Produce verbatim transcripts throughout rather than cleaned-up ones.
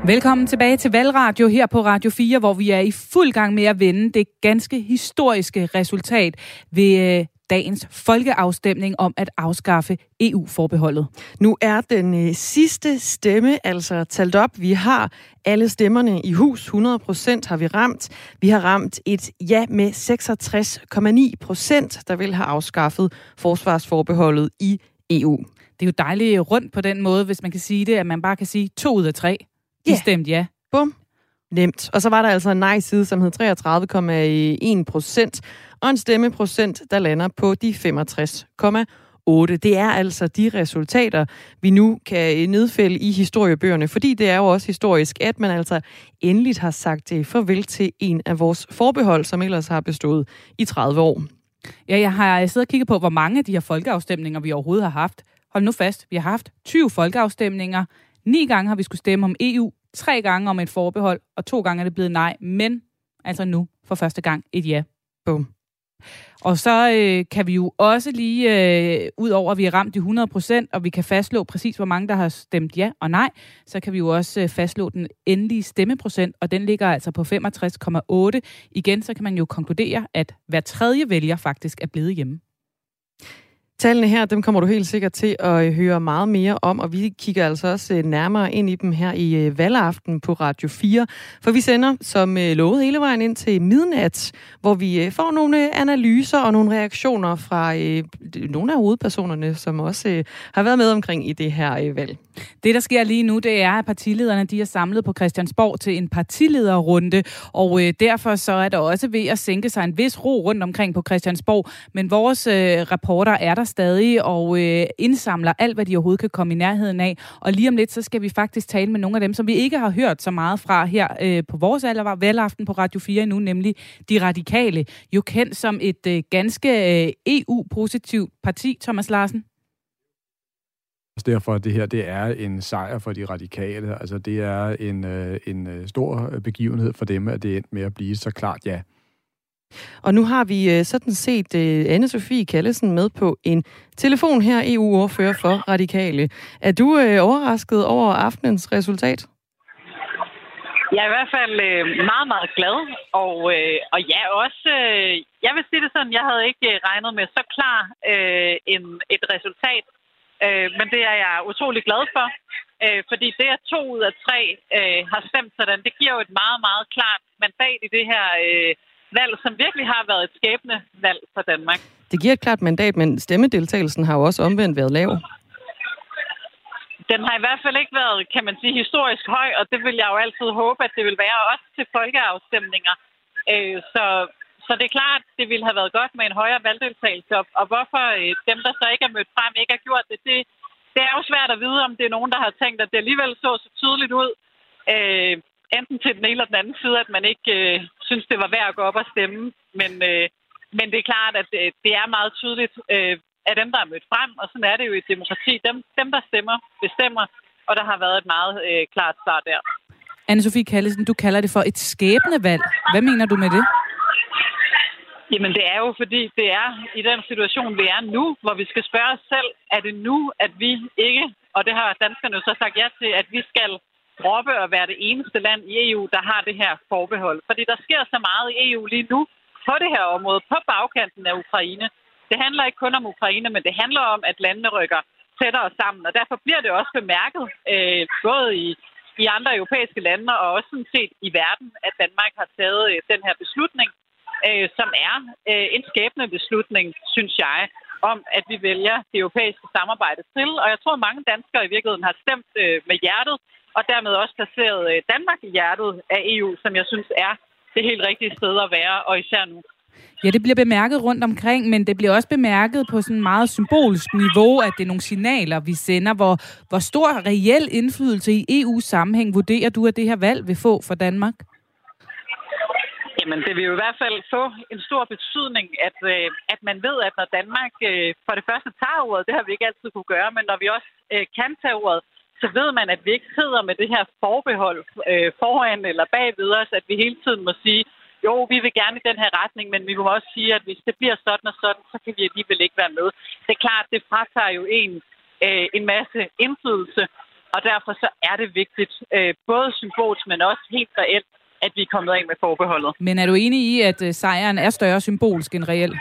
Velkommen tilbage til Valgradio her på Radio fire, hvor vi er i fuld gang med at vende det ganske historiske resultat ved dagens folkeafstemning om at afskaffe E U-forbeholdet. Nu er den øh, sidste stemme altså talt op. Vi har alle stemmerne i hus. hundrede procent har vi ramt. Vi har ramt et ja med seksogtres komma ni procent, der vil have afskaffet forsvarsforbeholdet i E U. Det er jo dejligt rundt på den måde, hvis man kan sige det, at man bare kan sige to ud af tre. De yeah. stemte ja. Bum. Nemt. Og så var der altså en nej-side, som hed treogtredive komma en procent, og en stemmeprocent, der lander på de femogtres komma otte. Det er altså de resultater, vi nu kan nedfælde i historiebøgerne, fordi det er jo også historisk, at man altså endeligt har sagt farvel til en af vores forbehold, som ellers har bestået i tredive år. Ja, jeg har siddet og kigget på, hvor mange af de her folkeafstemninger, vi overhovedet har haft. Hold nu fast, vi har haft tyve folkeafstemninger. Ni gange har vi skulle stemme om E U, tre gange om et forbehold, og to gange er det blevet nej, men altså nu for første gang et ja. Boom. Og så øh, kan vi jo også lige, øh, ud over at vi er ramt i hundrede procent, og vi kan fastslå præcis, hvor mange der har stemt ja og nej, så kan vi jo også øh, fastslå den endelige stemmeprocent, og den ligger altså på femogtres komma otte. Igen, så kan man jo konkludere, at hver tredje vælger faktisk er blevet hjemme. Tallene her, dem kommer du helt sikkert til at høre meget mere om, og vi kigger altså også nærmere ind i dem her i valgaften på Radio fire. For vi sender, som lovet, hele vejen ind til midnat, hvor vi får nogle analyser og nogle reaktioner fra øh, nogle af hovedpersonerne, som også øh, har været med omkring i det her øh, valg. Det, der sker lige nu, det er, at partilederne de er samlet på Christiansborg til en partilederrunde, og øh, derfor så er der også ved at sænke sig en vis ro rundt omkring på Christiansborg. Men vores øh, reporter er der stadig og øh, indsamler alt, hvad de overhovedet kan komme i nærheden af. Og lige om lidt, så skal vi faktisk tale med nogle af dem, som vi ikke har hørt så meget fra her øh, på vores valgaften på Radio fire nu, nemlig De Radikale. Jo kendt som et øh, ganske øh, E U-positivt parti, Thomas Larsen. Derfor, at det her det er en sejr for de radikale. Altså, det er en, øh, en stor begivenhed for dem, at det endte med at blive så klart ja. Og nu har vi øh, sådan set øh, Anne-Sophie Callesen med på en telefon her, E U-ordfører for Radikale. Er du øh, overrasket over aftenens resultat? Jeg er i hvert fald øh, meget, meget glad. Og, øh, og ja, også, øh, jeg vil sige det sådan, jeg havde ikke regnet med så klar øh, en, et resultat. Øh, men det er jeg utrolig glad for, øh, fordi det, at to ud af tre øh, har stemt sådan, det giver jo et meget, meget klart mandat i det her øh, valg, som virkelig har været et skæbnevalg for Danmark. Det giver et klart mandat, men stemmedeltagelsen har jo også omvendt været lav. Den har i hvert fald ikke været, kan man sige, historisk høj, og det vil jeg jo altid håbe, at det vil være også til folkeafstemninger. Øh, så... Så det er klart, det ville have været godt med en højere valgdeltagelse, og hvorfor dem, der så ikke er mødt frem, ikke har gjort det, det, det er jo svært at vide, om det er nogen, der har tænkt, at det alligevel så så tydeligt ud, øh, enten til den ene eller den anden side, at man ikke øh, synes, det var værd at gå op og stemme. Men, øh, men det er klart, at øh, det er meget tydeligt øh, af dem, der er mødt frem, og sådan er det jo i et demokrati. Dem, dem der stemmer, bestemmer, og der har været et meget øh, klart svar der. Anne-Sophie Callesen, du kalder det for et skæbnevalg. Hvad mener du med det? Jamen det er jo fordi, det er i den situation, vi er nu, hvor vi skal spørge os selv, er det nu, at vi ikke, og det har danskerne jo så sagt ja til, at vi skal droppe og være det eneste land i E U, der har det her forbehold. Fordi der sker så meget i E U lige nu på det her område, på bagkanten af Ukraine. Det handler ikke kun om Ukraine, men det handler om, at landene rykker tættere sammen, og derfor bliver det også bemærket, øh, både i, i andre europæiske lande og også sådan set i verden, at Danmark har taget øh, den her beslutning, Øh, som er øh, en skæbne beslutning, synes jeg, om at vi vælger det europæiske samarbejde til. Og jeg tror, at mange danskere i virkeligheden har stemt øh, med hjertet, og dermed også placeret øh, Danmark i hjertet af E U, som jeg synes er det helt rigtige sted at være, og især nu. Ja, det bliver bemærket rundt omkring, men det bliver også bemærket på sådan en meget symbolsk niveau, at det er nogle signaler, vi sender. Hvor, hvor stor reel indflydelse i E U's sammenhæng vurderer du, at det her valg vil få for Danmark? Jamen, det vil jo i hvert fald få en stor betydning, at, øh, at man ved, at når Danmark øh, for det første tager ordet, det har vi ikke altid kunne gøre, men når vi også øh, kan tage ordet, så ved man, at vi ikke sidder med det her forbehold øh, foran eller bagved os, at vi hele tiden må sige, jo, vi vil gerne i den her retning, men vi må også sige, at hvis det bliver sådan og sådan, så kan vi alligevel ikke være med. Det er klart, det fratager jo en, øh, en masse indflydelse, Og derfor så er det vigtigt, øh, både symbolsk, men også helt reelt, at vi er kommet af med forbeholdet. Men er du enig i, at øh, sejren er større symbolsk end reelt?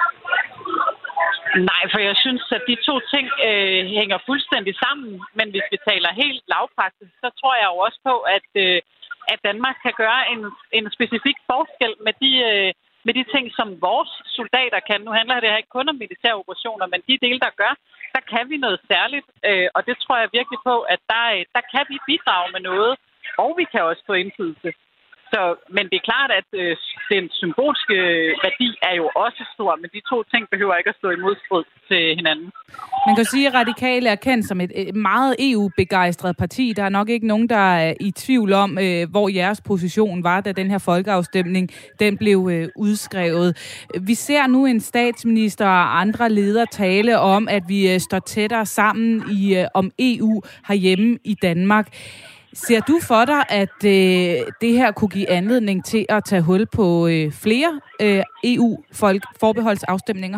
Nej, for jeg synes, at de to ting øh, hænger fuldstændig sammen. Men hvis vi taler helt lavpraktisk, så tror jeg jo også på, at, øh, at Danmark kan gøre en, en specifik forskel med de, øh, med de ting, som vores soldater kan. Nu handler det her ikke kun om militære operationer, men de dele, der gør, der kan vi noget særligt. Øh, og det tror jeg virkelig på, at der, der kan vi bidrage med noget, og vi kan også få indflydelse. Så, men det er klart, at øh, den symbolske værdi er jo også stor, men de to ting behøver ikke at stå i modstrid til hinanden. Man kan sige, at Radikale er kendt som et, et meget E U-begejstret parti. Der er nok ikke nogen, der er i tvivl om, øh, hvor jeres position var, da den her folkeafstemning den blev øh, udskrevet. Vi ser nu en statsminister og andre ledere tale om, at vi øh, står tættere sammen i, øh, om E U herhjemme i Danmark. Ser du for dig, at øh, det her kunne give anledning til at tage hul på øh, flere øh, E U-forbeholdsafstemninger?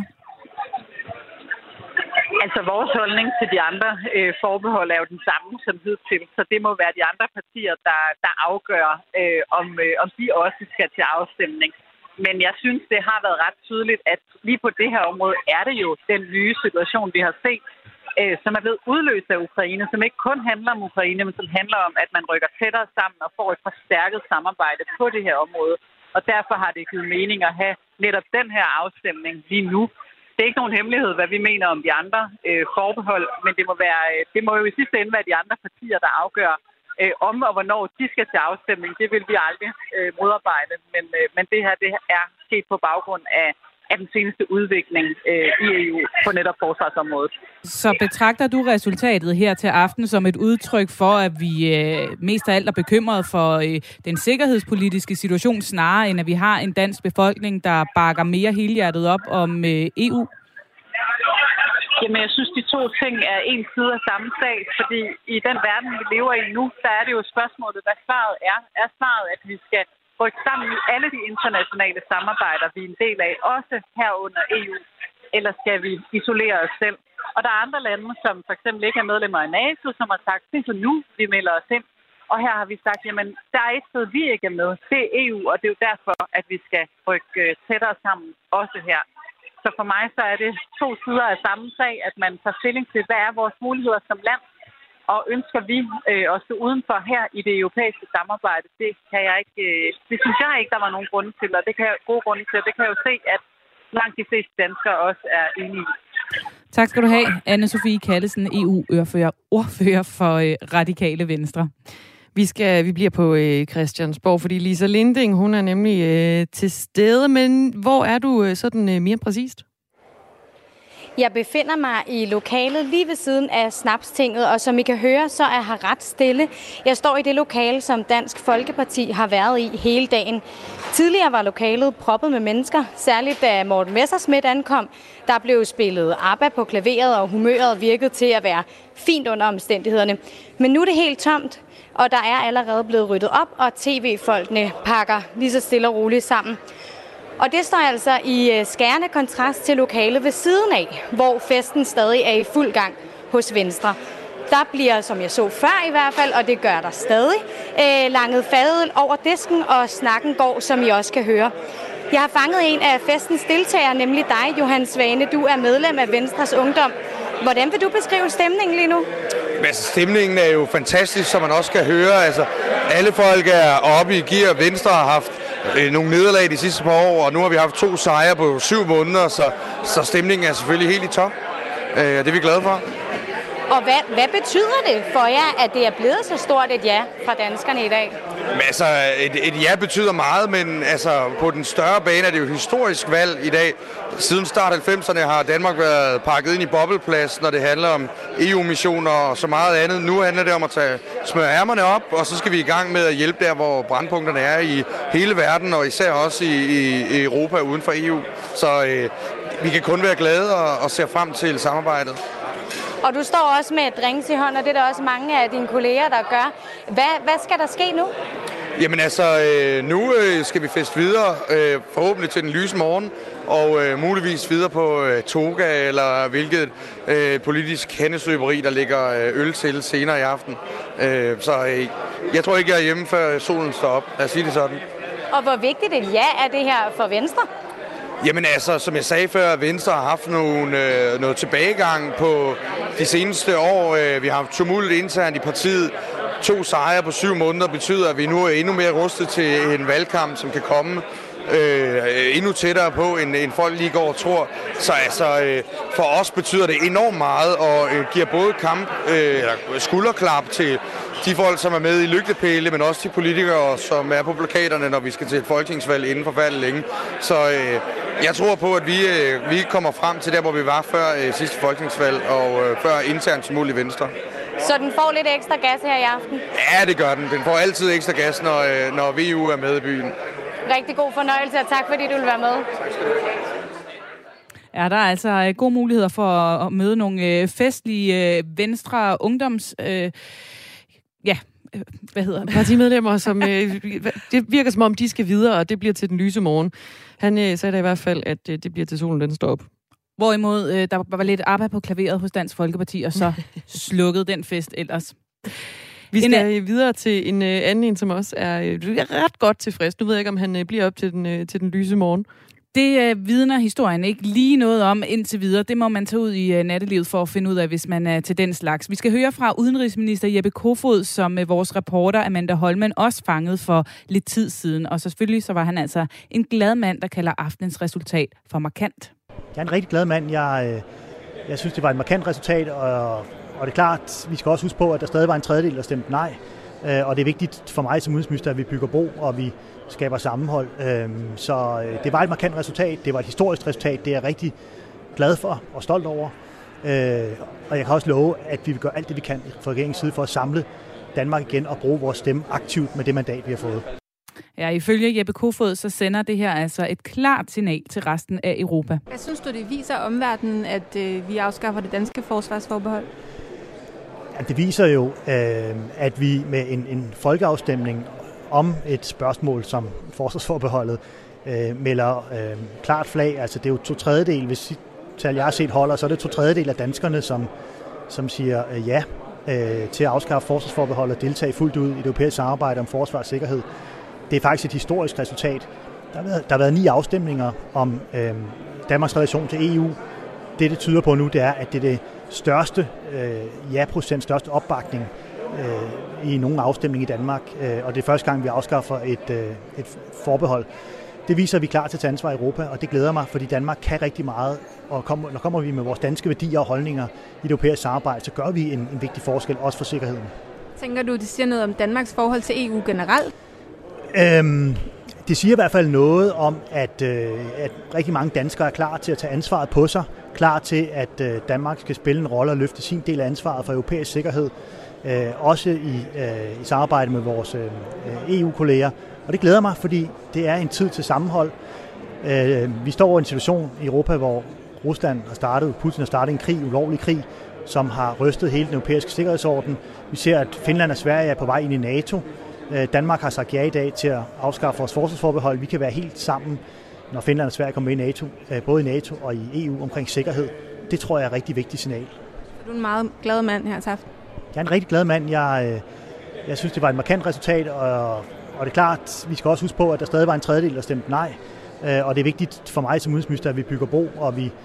Altså, vores holdning til de andre øh, forbehold er jo den samme som hidtil, så det må være de andre partier, der, der afgør, øh, om, øh, om de også skal til afstemning. Men jeg synes, det har været ret tydeligt, at lige på det her område er det jo den nye situation, vi har set, øh, som er blevet udløst af Ukraine, som ikke kun handler om Ukraine, men som handler om, at man rykker tættere sammen og får et forstærket samarbejde på det her område. Og derfor har det givet mening at have netop den her afstemning lige nu. Det er ikke nogen hemmelighed, hvad vi mener om de andre øh, forbehold, men det må, være, det må jo i sidste ende være de andre partier, der afgør, øh, om og hvornår de skal til afstemning. Det vil vi aldrig øh, modarbejde, men, øh, men det her det er sket på baggrund af, af den seneste udvikling øh, i E U på netop forsvarsområdet. Så betragter du resultatet her til aften som et udtryk for, at vi øh, mest af alt er bekymret for øh, den sikkerhedspolitiske situation, snarere end at vi har en dansk befolkning, der bakker mere helhjertet op om øh, E U? Jamen, jeg synes, de to ting er en side af samme sag, fordi i den verden, vi lever i nu, der er det jo spørgsmålet, hvad svaret er. Er svaret, at vi skal rykke sammen i alle de internationale samarbejder, vi er en del af, også herunder E U, eller skal vi isolere os selv? Og der er andre lande, som for eksempel ikke er medlemmer af NATO, som har sagt, det er så nu, vi melder os ind. Og her har vi sagt, jamen, der er et sted, vi ikke er med. Det er E U, og det er jo derfor, at vi skal rykke tættere sammen, også her. Så for mig så er det to sider af samme sag, at man tager stilling til, hvad er vores muligheder som land, og ønsker vi øh, at stå udenfor her i det europæiske samarbejde. Det kan jeg ikke, øh, det synes jeg ikke, der var nogen grunde til, og det kan jeg, gode grunde til, det kan jeg jo se, at langt de fleste danskere også er enige. Tak skal du have, Anne-Sophie Callesen, E U-ordfører ordfører for øh, Radikale Venstre. Vi skal vi bliver på øh, Christiansborg, fordi Lisa Linding, hun er nemlig øh, til stede, men hvor er du øh, sådan øh, mere præcist? Jeg befinder mig i lokalet lige ved siden af Snapstinget, og som I kan høre, så er her ret stille. Jeg står i det lokale, som Dansk Folkeparti har været i hele dagen. Tidligere var lokalet proppet med mennesker, særligt da Morten Messerschmidt ankom. Der blev spillet ABBA på klaveret, og humøret virkede til at være fint under omstændighederne. Men nu er det helt tomt, og der er allerede blevet ryddet op, og tv-folkene pakker lige så stille og roligt sammen. Og det står altså i skærende kontrast til lokalet ved siden af, hvor festen stadig er i fuld gang hos Venstre. Der bliver, som jeg så før i hvert fald, og det gør der stadig, øh, langet fadøl over disken, og snakken går, som I også kan høre. Jeg har fanget en af festens deltagere, nemlig dig, Johan Svane. Du er medlem af Venstres Ungdom. Hvordan vil du beskrive stemningen lige nu? Altså, stemningen er jo fantastisk, som man også kan høre. Altså, alle folk er oppe i gear. Venstre har haft øh, nogle nederlag de sidste par år, og nu har vi haft to sejre på syv måneder, så, så stemningen er selvfølgelig helt i top. Øh, det er vi glade for. Og hvad, hvad betyder det for jer, at det er blevet så stort et ja fra danskerne i dag? Men altså, et, et ja betyder meget, men altså, på den større bane er det jo et historisk valg i dag. Siden start halvfemserne har Danmark været pakket ind i bobleplads, når det handler om E U-missioner og så meget andet. Nu handler det om at tage smøre ærmerne op, og så skal vi i gang med at hjælpe der, hvor brandpunkterne er i hele verden, og især også i, i, i Europa uden for E U. Så øh, vi kan kun være glade og, og se frem til samarbejdet. Og du står også med drinks i hånden, og det er der også mange af dine kolleger, der gør. Hvad, hvad skal der ske nu? Jamen altså, øh, nu øh, skal vi feste videre, øh, forhåbentlig til den lyse morgen, og øh, muligvis videre på øh, toga, eller hvilket øh, politisk hændesløberi, der ligger øh, øl til senere i aften. Øh, så øh, jeg tror ikke, jeg er hjemme, før solen står op. Lad os sige det sådan. Og hvor vigtigt et ja er det her for Venstre? Jamen altså, som jeg sagde før, Venstre har haft nogle, øh, noget tilbagegang på de seneste år. Øh, vi har haft tumult internt i partiet. To sejre på syv måneder betyder, at vi nu er endnu mere rustet til en valgkamp, som kan komme øh, endnu tættere på, end, end folk lige går og tror. Så altså, øh, for os betyder det enormt meget, og øh, giver både kamp, øh, skulderklap til de folk, som er med i lygtepæle, men også de politikere, som er på plakaterne, når vi skal til et folketingsvalg inden for faldet længe. Så øh, jeg tror på, at vi, øh, vi kommer frem til der, hvor vi var før øh, sidste folketingsvalg, og øh, før internt tumult i Venstre. Så den får lidt ekstra gas her i aften? Ja, det gør den. Den får altid ekstra gas, når, øh, når V U er med i byen. Rigtig god fornøjelse, og tak fordi du vil være med. Tak skal du have. Er der altså gode muligheder for at møde nogle festlige Venstre ungdoms... Øh, ja, hvad hedder det? Partimedlemmer, som øh, det virker som om, de skal videre, og det bliver til den lyse morgen. Han øh, sagde da i hvert fald, at øh, det bliver til solen, den står op. Hvorimod øh, der var lidt arbejde på klaveret hos Dansk Folkeparti, og så slukkede den fest ellers. Vi skal en, videre til en øh, anden en, som også er øh, ret godt tilfreds. Nu ved jeg ikke, om han øh, bliver op til den, øh, til den lyse morgen. Det øh, vidner historien ikke lige noget om indtil videre. Det må man tage ud i øh, nattelivet for at finde ud af, hvis man er til den slags. Vi skal høre fra udenrigsminister Jeppe Kofod, som øh, vores reporter Amanda Holmen også fangede for lidt tid siden. Og så selvfølgelig så var han altså en glad mand, der kalder aftenens resultat for markant. Jeg er en rigtig glad mand. Jeg, øh, jeg synes, det var et markant resultat, og, og det er klart, vi skal også huske på, at der stadig var en tredjedel, der stemte nej. Øh, og det er vigtigt for mig som udenrigsminister, at vi bygger bro, og vi skaber sammenhold. Så det var et markant resultat, det var et historisk resultat, det er jeg rigtig glad for og stolt over. Og jeg kan også love, at vi vil gøre alt det, vi kan fra regeringens side for at samle Danmark igen og bruge vores stemme aktivt med det mandat, vi har fået. Ja, ifølge Jeppe Kofod, så sender det her altså et klart signal til resten af Europa. Hvad synes du, det viser omverdenen, at øh, vi afskaffer det danske forsvarsforbehold? Ja, det viser jo, øh, at vi med en, en folkeafstemning om et spørgsmål som forsvarsforbeholdet øh, melder øh, klart flag. Altså det er jo to tredjedel, hvis tal jeg har set holder, så er det to tredjedel af danskerne, som, som siger øh, ja øh, til at afskaffe forsvarsforbeholdet og deltage fuldt ud i det europæiske samarbejde om forsvar og sikkerhed. Det er faktisk et historisk resultat. Der har været, der har været ni afstemninger om øh, Danmarks relation til E U. Det, det tyder på nu, det er, at det er det største øh, ja-procent, største opbakning øh, i nogen afstemning i Danmark, øh, og det er første gang, vi afskaffer et, øh, et forbehold. Det viser, at vi er klar til at tage ansvar i Europa, og det glæder mig, fordi Danmark kan rigtig meget, og kommer, når kommer vi med vores danske værdier og holdninger i det europæiske samarbejde, så gør vi en, en vigtig forskel, også for sikkerheden. Tænker du, det siger noget om Danmarks forhold til E U generelt? Øhm, det siger i hvert fald noget om, at, øh, at rigtig mange danskere er klar til at tage ansvaret på sig, klar til, at øh, Danmark skal spille en rolle og løfte sin del af ansvaret for europæisk sikkerhed, øh, også i, øh, i samarbejde med vores øh, E U-kolleger. Og det glæder mig, fordi det er en tid til sammenhold. Øh, vi står i en situation i Europa, hvor Rusland har startet, Putin har startet en krig, en ulovlig krig, som har rystet hele den europæiske sikkerhedsorden. Vi ser, at Finland og Sverige er på vej ind i NATO. Øh, Danmark har sagt ja i dag til at afskaffe vores forsvarsforbehold. Vi kan være helt sammen, når Finland og Sverige kommer ind i NATO, øh, både i NATO og i E U omkring sikkerhed. Det tror jeg er et rigtig vigtigt signal. Du er en meget glad mand her til aften. Jeg er en rigtig glad mand. Jeg, øh, jeg synes, det var et markant resultat, og Og det er klart, vi skal også huske på, at der stadig var en tredjedel, der stemte nej. Og det er vigtigt for mig som udenrigsminister, at vi bygger bro, og vi...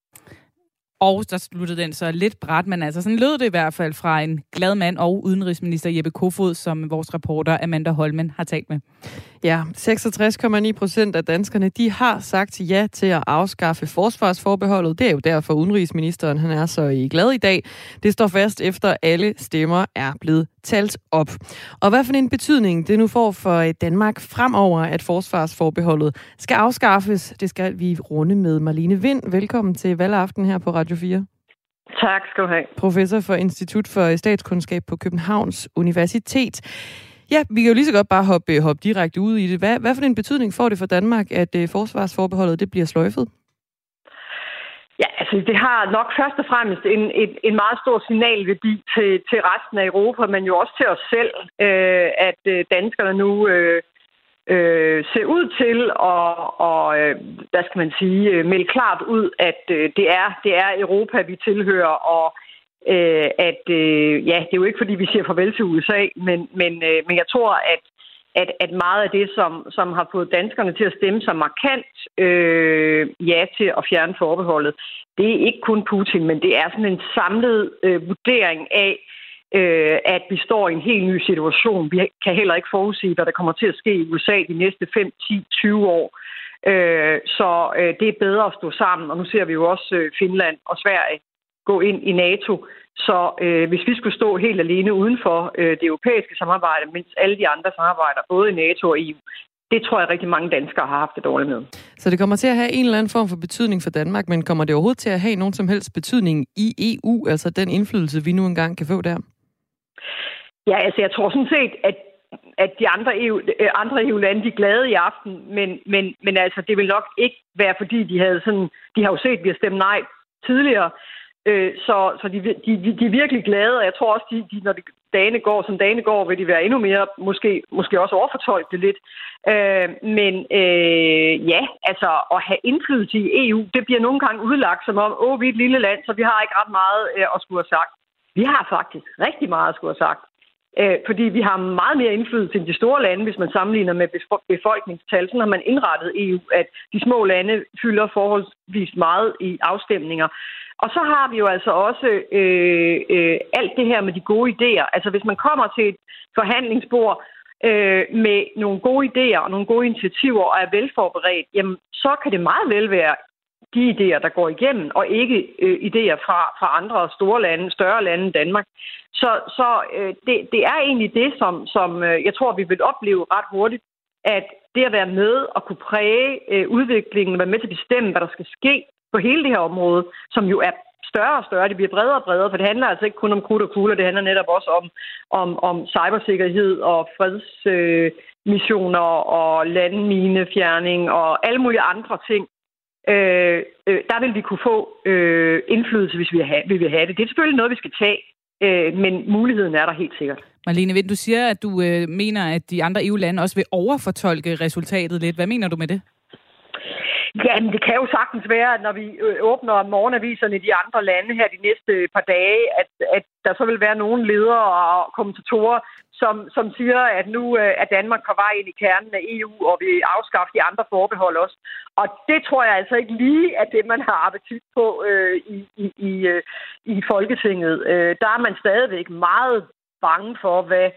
Og der sluttede den så lidt brat, men altså sådan lød det i hvert fald fra en glad mand og udenrigsminister Jeppe Kofod, som vores reporter Amanda Holmen har talt med. Ja, seksogtres komma ni procent af danskerne, de har sagt ja til at afskaffe forsvarsforbeholdet. Det er jo derfor udenrigsministeren, han er så glad i dag. Det står fast efter alle stemmer er blevet talt op. Og hvad for en betydning det nu får for Danmark fremover, at forsvarsforbeholdet skal afskaffes, det skal vi runde med Marlene Vind. Velkommen til valgaften her på Radio fire. Tak skal du have. Professor for Institut for Statskundskab på Københavns Universitet. Ja, vi kan jo lige så godt bare hoppe, hoppe direkte ud i det. Hvad, hvad for en betydning får det for Danmark, at uh, forsvarsforbeholdet det bliver sløjfet? Ja, altså det har nok først og fremmest en, en, en meget stor signalværdi til, til resten af Europa, men jo også til os selv, øh, at øh, danskerne nu øh, øh, ser ud til at, og, øh, hvad skal man sige, øh, melde klart ud, at øh, det, er, det er Europa, vi tilhører, og øh, at øh, ja, det er jo ikke fordi, vi siger farvel til U S A, men, men, øh, men jeg tror, at At, at meget af det, som, som har fået danskerne til at stemme sig markant øh, ja til at fjerne forbeholdet, det er ikke kun Putin, men det er sådan en samlet øh, vurdering af, øh, at vi står i en helt ny situation. Vi kan heller ikke forudsige, hvad der kommer til at ske i U S A de næste fem, ti, tyve år. Øh, så øh, det er bedre at stå sammen, og nu ser vi jo også øh, Finland og Sverige gå ind i NATO. Så øh, hvis vi skulle stå helt alene uden for øh, det europæiske samarbejde, mens alle de andre samarbejder, både i NATO og E U, det tror jeg rigtig mange danskere har haft det dårligt med. Så det kommer til at have en eller anden form for betydning for Danmark, men kommer det overhovedet til at have nogen som helst betydning i E U, altså den indflydelse, vi nu engang kan få der? Ja, altså jeg tror sådan set, at at de andre E U, andre E U-lande, de er glade i aften, men, men, men altså, det vil nok ikke være, fordi de havde sådan, de har jo set, at vi har stemt nej tidligere, Så, så de, de, de er virkelig glade, og jeg tror også, de, de, når de, dagene går, som dagene går, vil de være endnu mere, måske, måske også overfortolke det lidt. Øh, men øh, ja, altså at have indflydelse i E U, det bliver nogle gange udlagt som om, åh, vi er et lille land, så vi har ikke ret meget øh, at skulle have sagt. Vi har faktisk rigtig meget at skulle have sagt. Øh, fordi vi har meget mere indflydelse end de store lande, hvis man sammenligner med befolkningstal. Sådan har man indrettet E U, at de små lande fylder forholdsvis meget i afstemninger. Og så har vi jo altså også øh, øh, alt det her med de gode idéer. Altså hvis man kommer til et forhandlingsbord øh, med nogle gode idéer og nogle gode initiativer og er velforberedt, jamen så kan det meget vel være de idéer, der går igennem, og ikke øh, idéer fra, fra andre store lande, større lande end Danmark. Så, så øh, det, det er egentlig det, som, som øh, jeg tror, vi vil opleve ret hurtigt, at det at være med og kunne præge øh, udviklingen, være med til at bestemme, hvad der skal ske på hele det her område, som jo er større og større, det bliver bredere og bredere, for det handler altså ikke kun om krudt og kugler, det handler netop også om, om, om cybersikkerhed og fredsmissioner øh, og landminefjerning og alle mulige andre ting. Øh, øh, der vil vi kunne få øh, indflydelse, hvis vi vil have, vil vi have det. Det er selvfølgelig noget, vi skal tage, øh, men muligheden er der helt sikkert. Marlene Wind, du siger, at du øh, mener, at de andre E U-lande også vil overfortolke resultatet lidt. Hvad mener du med det? Jamen, det kan jo sagtens være, at når vi åbner morgenaviserne i de andre lande her de næste par dage, at, at der så vil være nogle ledere og kommentatorer, som, som siger, at nu er Danmark på vej ind i kernen af E U, og vi afskaffer de andre forbehold også. Og det tror jeg altså ikke lige er det, man har appetit på øh, i, i, i, øh, i Folketinget. Øh, der er man stadigvæk meget bange for, hvad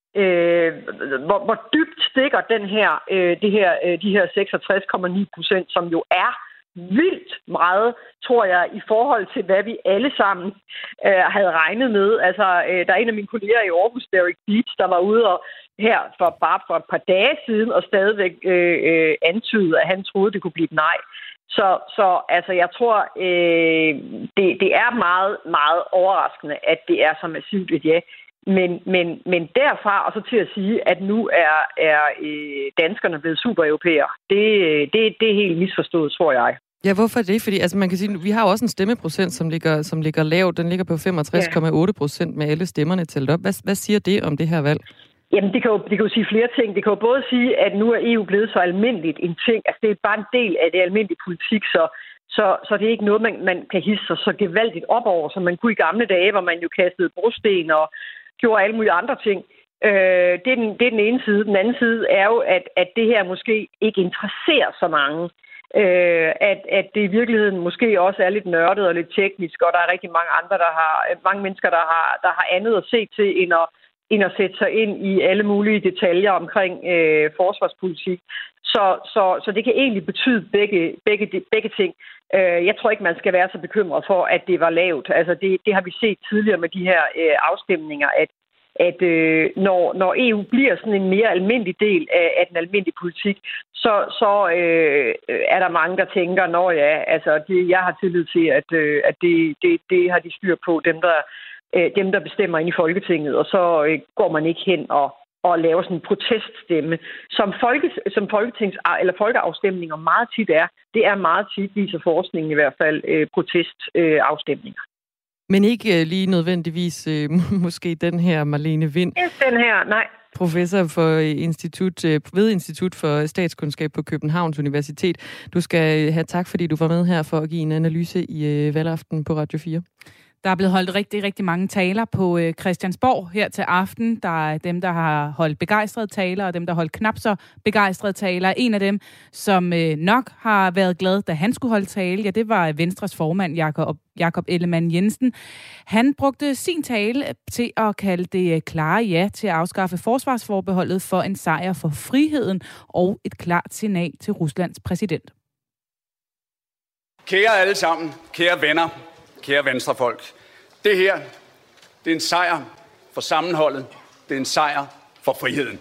Øh, hvor, hvor dybt stikker den her, øh, det her, øh, de her seksogtres komma ni procent, som jo er vildt meget, tror jeg, i forhold til, hvad vi alle sammen øh, havde regnet med. Altså, øh, der er en af mine kolleger i Aarhus, Derek Dietz, der var ude og her for bare for et par dage siden og stadigvæk øh, øh, antydede, at han troede, det kunne blive et nej. Så, så altså, jeg tror, øh, det, det er meget, meget overraskende, at det er så massivt et ja. Men, men, men derfra og så til at sige, at nu er, er øh, danskerne blevet supereuropæere, det, det, det er helt misforstået, tror jeg. Ja, hvorfor det? Fordi altså, man kan sige, vi har jo også en stemmeprocent, som ligger, som ligger lavt. Den ligger på femogtres komma otte procent med alle stemmerne talt op. Hvad, hvad siger det om det her valg? Jamen, det kan, jo, det kan jo sige flere ting. Det kan jo både sige, at nu er E U blevet så almindeligt en ting. Altså, det er bare en del af det almindelige politik, så Så, så det er ikke noget, man, man kan hisse sig så gevaldigt op over, som man kunne i gamle dage, hvor man jo kastede brosten og gjorde alle mulige andre ting. Øh, det, er den, det er den ene side. Den anden side er jo, at, at det her måske ikke interesserer så mange. Øh, at, at det i virkeligheden måske også er lidt nørdet og lidt teknisk, og der er rigtig mange andre, der har, mange mennesker, der har, der har andet at se til, end at, end at sætte sig ind i alle mulige detaljer omkring øh, forsvarspolitik. Så, så, så det kan egentlig betyde begge, begge, begge ting. Jeg tror ikke, man skal være så bekymret for, at det var lavt. Altså det, det har vi set tidligere med de her øh, afstemninger, at, at øh, når, når E U bliver sådan en mere almindelig del af, af den almindelige politik, så, så øh, er der mange, der tænker, nå ja, altså det, jeg har tillid til, at, øh, at det, det, det har de styr på, dem der, øh, dem der bestemmer inde i Folketinget, og så øh, går man ikke hen og og laver sådan en proteststemme, som, folke, som folketings, eller folkeafstemninger meget tit er. Det er meget tit, viser forskningen i hvert fald, øh, protestafstemninger. Øh, Men ikke øh, lige nødvendigvis øh, måske den her Marlene Wind. Ja, den her, nej. Professor for institut, øh, ved Institut for Statskundskab på Københavns Universitet. Du skal have tak, fordi du var med her for at give en analyse i øh, valgaften på Radio fire. Der er blevet holdt rigtig, rigtig mange taler på øh, Christiansborg her til aften. Der er dem, der har holdt begejstrede taler, og dem, der har holdt knap så begejstrede taler. En af dem, som øh, nok har været glad, da han skulle holde tale, ja, det var Venstres formand, Jakob, Jakob Ellemann-Jensen. Han brugte sin tale til at kalde det klare ja til at afskaffe forsvarsforbeholdet for en sejr for friheden og et klart signal til Ruslands præsident. Kære alle sammen, kære venner, kære venstrefolk. Det her, det er en sejr for sammenholdet. Det er en sejr for friheden.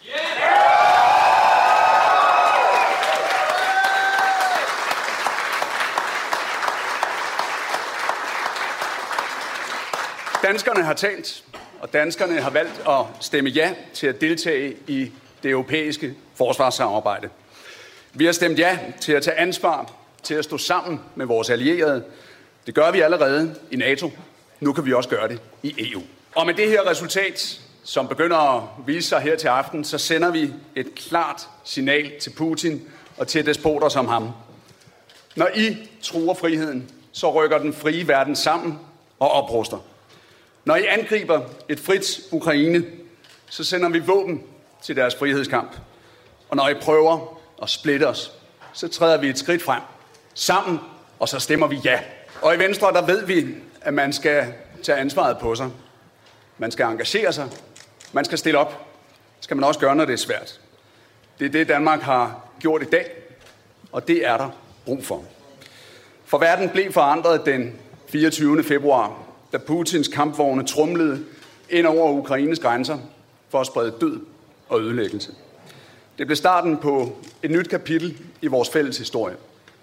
Danskerne har talt, og danskerne har valgt at stemme ja til at deltage i det europæiske forsvarssamarbejde. Vi har stemt ja til at tage ansvar, til at stå sammen med vores allierede. Det gør vi allerede i NATO. Nu kan vi også gøre det i E U. Og med det her resultat, som begynder at vise sig her til aften, så sender vi et klart signal til Putin og til despoter som ham. Når I truer friheden, så rykker den frie verden sammen og opruster. Når I angriber et frit Ukraine, så sender vi våben til deres frihedskamp. Og når I prøver at splitte os, så træder vi et skridt frem sammen, og så stemmer vi ja. Og i Venstre, der ved vi, at man skal tage ansvaret på sig. Man skal engagere sig. Man skal stille op. Det skal man også gøre, når det er svært. Det er det, Danmark har gjort i dag, og det er der brug for. For verden blev forandret den fireogtyvende februar, da Putins kampvogne tromlede ind over Ukraines grænser for at sprede død og ødelæggelse. Det blev starten på et nyt kapitel i vores fælles historie.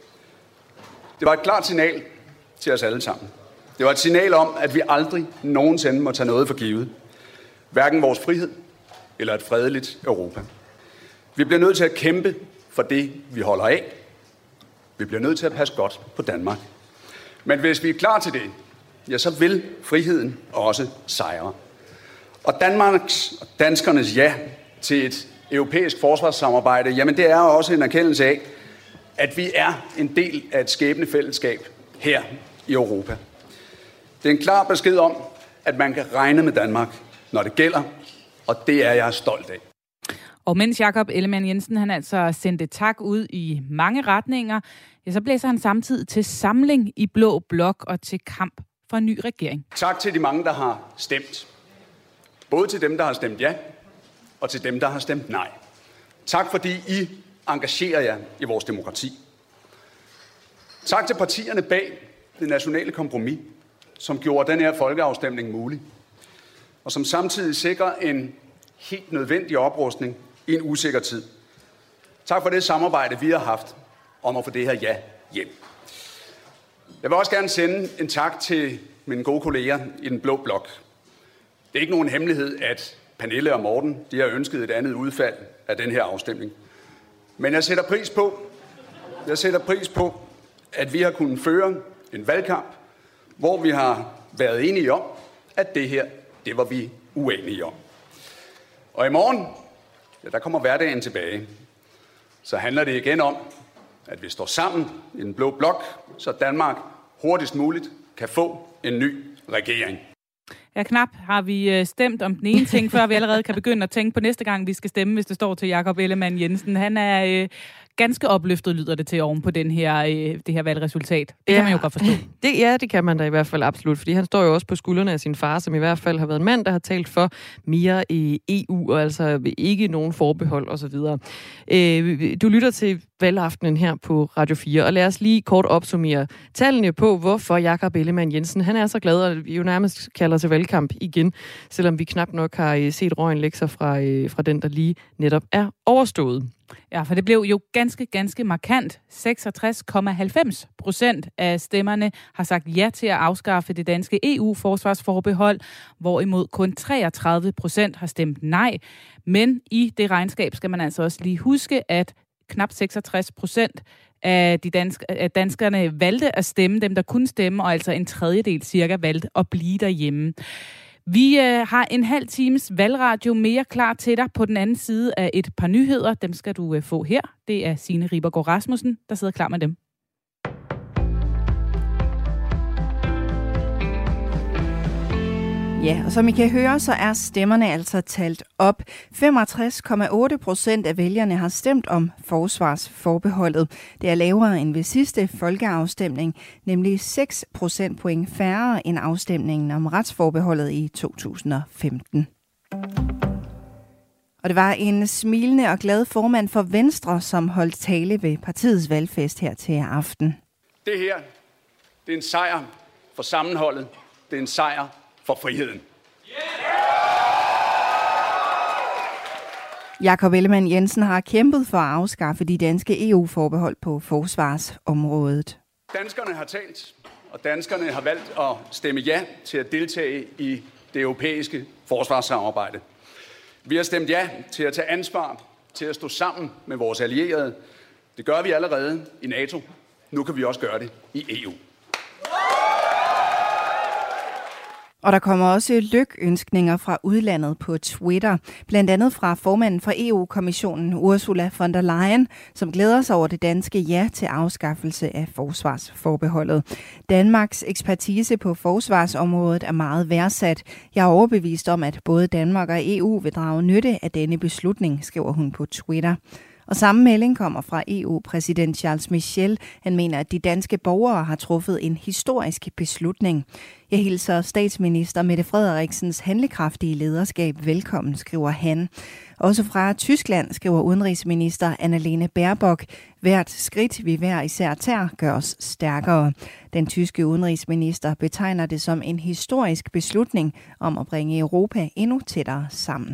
Det var et klart signal til os alle sammen. Det var et signal om, at vi aldrig nogensinde må tage noget for givet. Hverken vores frihed eller et fredeligt Europa. Vi bliver nødt til at kæmpe for det, vi holder af. Vi bliver nødt til at passe godt på Danmark. Men hvis vi er klar til det, ja, så vil friheden også sejre. Og Danmarks og danskernes ja til et europæisk forsvarssamarbejde, jamen det er også en erkendelse af, at vi er en del af et skæbnefællesskab her i Europa. Det er en klar besked om, at man kan regne med Danmark, når det gælder, og det er jeg stolt af. Og mens Jakob Ellemann-Jensen han altså sendte tak ud i mange retninger, ja, så blæser han samtidig til samling i Blå Blok og til kamp for en ny regering. Tak til de mange, der har stemt. Både til dem, der har stemt ja, og til dem, der har stemt nej. Tak fordi I engagerer jer i vores demokrati. Tak til partierne bag det nationale kompromis, som gjorde den her folkeafstemning mulig, og som samtidig sikrer en helt nødvendig oprustning i en usikker tid. Tak for det samarbejde, vi har haft om at få det her ja hjem. Jeg vil også gerne sende en tak til mine gode kolleger i den Blå Blok. Det er ikke nogen hemmelighed, at Pernille og Morten de har ønsket et andet udfald af den her afstemning. Men jeg sætter pris på, jeg sætter pris på, at vi har kunnet føre en valgkamp, hvor vi har været enige om, at det her, det var vi uenige om. Og i morgen, ja, der kommer hverdagen tilbage. Så handler det igen om, at vi står sammen i den Blå Blok, så Danmark hurtigst muligt kan få en ny regering. Ja, knap har vi stemt om den ene ting, før vi allerede kan begynde at tænke på næste gang, vi skal stemme, hvis det står til Jakob Ellemann-Jensen. Han er øh, ganske opløftet, lyder det til, oven på den her, øh, det her valgresultat. Det ja, kan man jo godt forstå. Det, ja, det kan man da i hvert fald absolut, fordi han står jo også på skuldrene af sin far, som i hvert fald har været en mand, der har talt for mere i E U, og altså ikke nogen forbehold osv. Øh, du lytter til valgaftenen her på Radio fire, og lad os lige kort opsummere tallene på, hvorfor Jakob Ellemann-Jensen, han er så glad, og vi jo nærmest kalder til valgkamp igen, selvom vi knap nok har set røgen lægge sig fra, fra den, der lige netop er overstået. Ja, for det blev jo ganske, ganske markant. seksogtres komma halvfems procent af stemmerne har sagt ja til at afskaffe det danske E U-forsvarsforbehold, hvorimod kun treogtredive procent har stemt nej. Men i det regnskab skal man altså også lige huske, at knap seksogtres procent af de dansk- af danskerne valgte at stemme, dem der kunne stemme, og altså en tredjedel cirka valgte at blive derhjemme. Vi øh, har en halv times valgradio mere klar til dig på den anden side af et par nyheder. Dem skal du øh, få her. Det er Signe Ribergaard Rasmussen, der sidder klar med dem. Ja, og som I kan høre, så er stemmerne altså talt op. femogtres komma otte procent af vælgerne har stemt om forsvarsforbeholdet. Det er lavere end ved sidste folkeafstemning, nemlig seks procentpoint færre end afstemningen om retsforbeholdet i to tusind og femten. Og det var en smilende og glad formand for Venstre, som holdt tale ved partiets valgfest her til aften. Det her, det er en sejr for sammenholdet. Det er en sejr for friheden. Jakob Ellemann-Jensen har kæmpet for at afskaffe de danske E U-forbehold på forsvarsområdet. Danskerne har talt, og danskerne har valgt at stemme ja til at deltage i det europæiske forsvarssamarbejde. Vi har stemt ja til at tage ansvar, til at stå sammen med vores allierede. Det gør vi allerede i NATO. Nu kan vi også gøre det i E U. Og der kommer også lykønskninger fra udlandet på Twitter. Blandt andet fra formanden for E U-kommissionen Ursula von der Leyen, som glæder sig over det danske ja til afskaffelse af forsvarsforbeholdet. Danmarks ekspertise på forsvarsområdet er meget værdsat. Jeg er overbevist om, at både Danmark og E U vil drage nytte af denne beslutning, skriver hun på Twitter. Og samme melding kommer fra E U-præsident Charles Michel. Han mener, at de danske borgere har truffet en historisk beslutning. Jeg hilser statsminister Mette Frederiksens handlekraftige lederskab velkommen, skriver han. Også fra Tyskland skriver udenrigsminister Annalena Baerbock: hvert skridt vi hver især tager gør os stærkere. Den tyske udenrigsminister betegner det som en historisk beslutning om at bringe Europa endnu tættere sammen.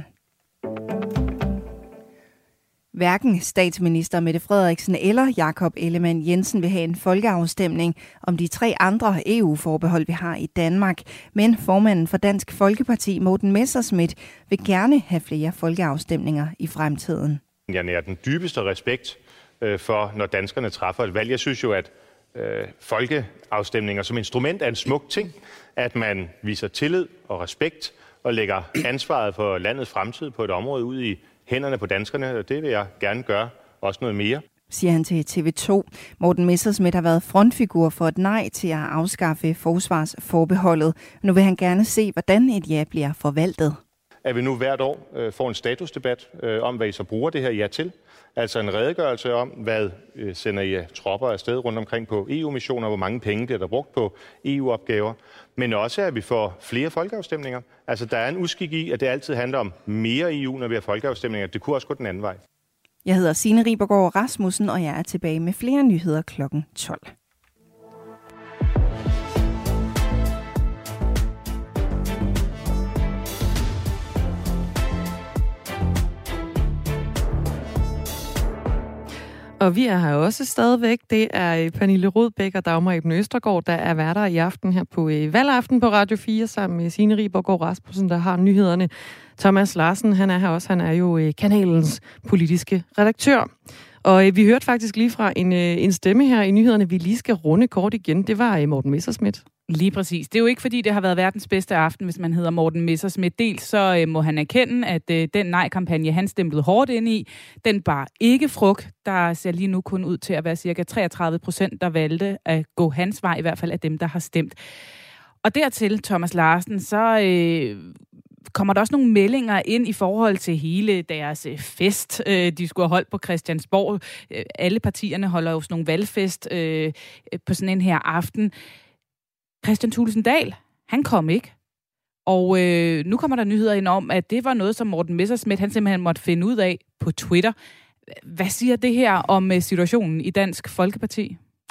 Hverken statsminister Mette Frederiksen eller Jakob Ellemann-Jensen vil have en folkeafstemning om de tre andre E U-forbehold, vi har i Danmark. Men formanden for Dansk Folkeparti, Morten Messerschmidt, vil gerne have flere folkeafstemninger i fremtiden. Jeg nærer den dybeste respekt øh, for, når danskerne træffer et valg. Jeg synes jo, at øh, folkeafstemninger som instrument er en smuk ting. At man viser tillid og respekt og lægger ansvaret for landets fremtid på et område ud i hænderne på danskerne, og det vil jeg gerne gøre også noget mere, siger han til T V to. Morten Messerschmidt har været frontfigur for et nej til at afskaffe forsvarsforbeholdet. Nu vil han gerne se, hvordan et ja bliver forvaltet. At vi nu hvert år øh, får en statusdebat øh, om, hvad I så bruger det her ja til. Altså en redegørelse om, hvad øh, sender I tropper afsted rundt omkring på E U-missioner, hvor mange penge bliver der brugt på E U-opgaver. Men også, at vi får flere folkeafstemninger. Altså der er en uskik i, at det altid handler om mere E U, når vi har folkeafstemninger. Det kunne også gå den anden vej. Jeg hedder Signe Ribergaard Rasmussen, og jeg er tilbage med flere nyheder klokken tolv. Og vi er her også stadigvæk. Det er Pernille Rodbæk og Dagmar Eben Østergaard, der er værter i aften her på valgaften på Radio fire, sammen med Signe Ribergaard Rasmussen, der har nyhederne. Thomas Larsen, han er her også. Han er jo kanalens politiske redaktør. Og vi hørte faktisk lige fra en, en stemme her i nyhederne, vi lige skal runde kort igen. Det var Morten Messerschmidt. Lige præcis. Det er jo ikke, fordi det har været verdens bedste aften, hvis man hedder Morten Messerschmidt. Dels så øh, må han erkende, at øh, den nej-kampagne, han stemplede hårdt ind i, den bar ikke frugt. Der ser lige nu kun ud til at være cirka treogtredive procent, der valgte at gå hans vej, i hvert fald af dem, der har stemt. Og dertil, Thomas Larsen, så øh, kommer der også nogle meldinger ind i forhold til hele deres øh, fest, øh, de skulle have holdt på Christiansborg. Øh, alle partierne holder jo sådan nogle valgfest øh, på sådan en her aften. Kristian Thulesen Dahl, han kom ikke. Og øh, nu kommer der nyheder ind om, at det var noget, som Morten Messerschmidt, han simpelthen måtte finde ud af på Twitter. Hvad siger det her om situationen i Dansk Folkeparti?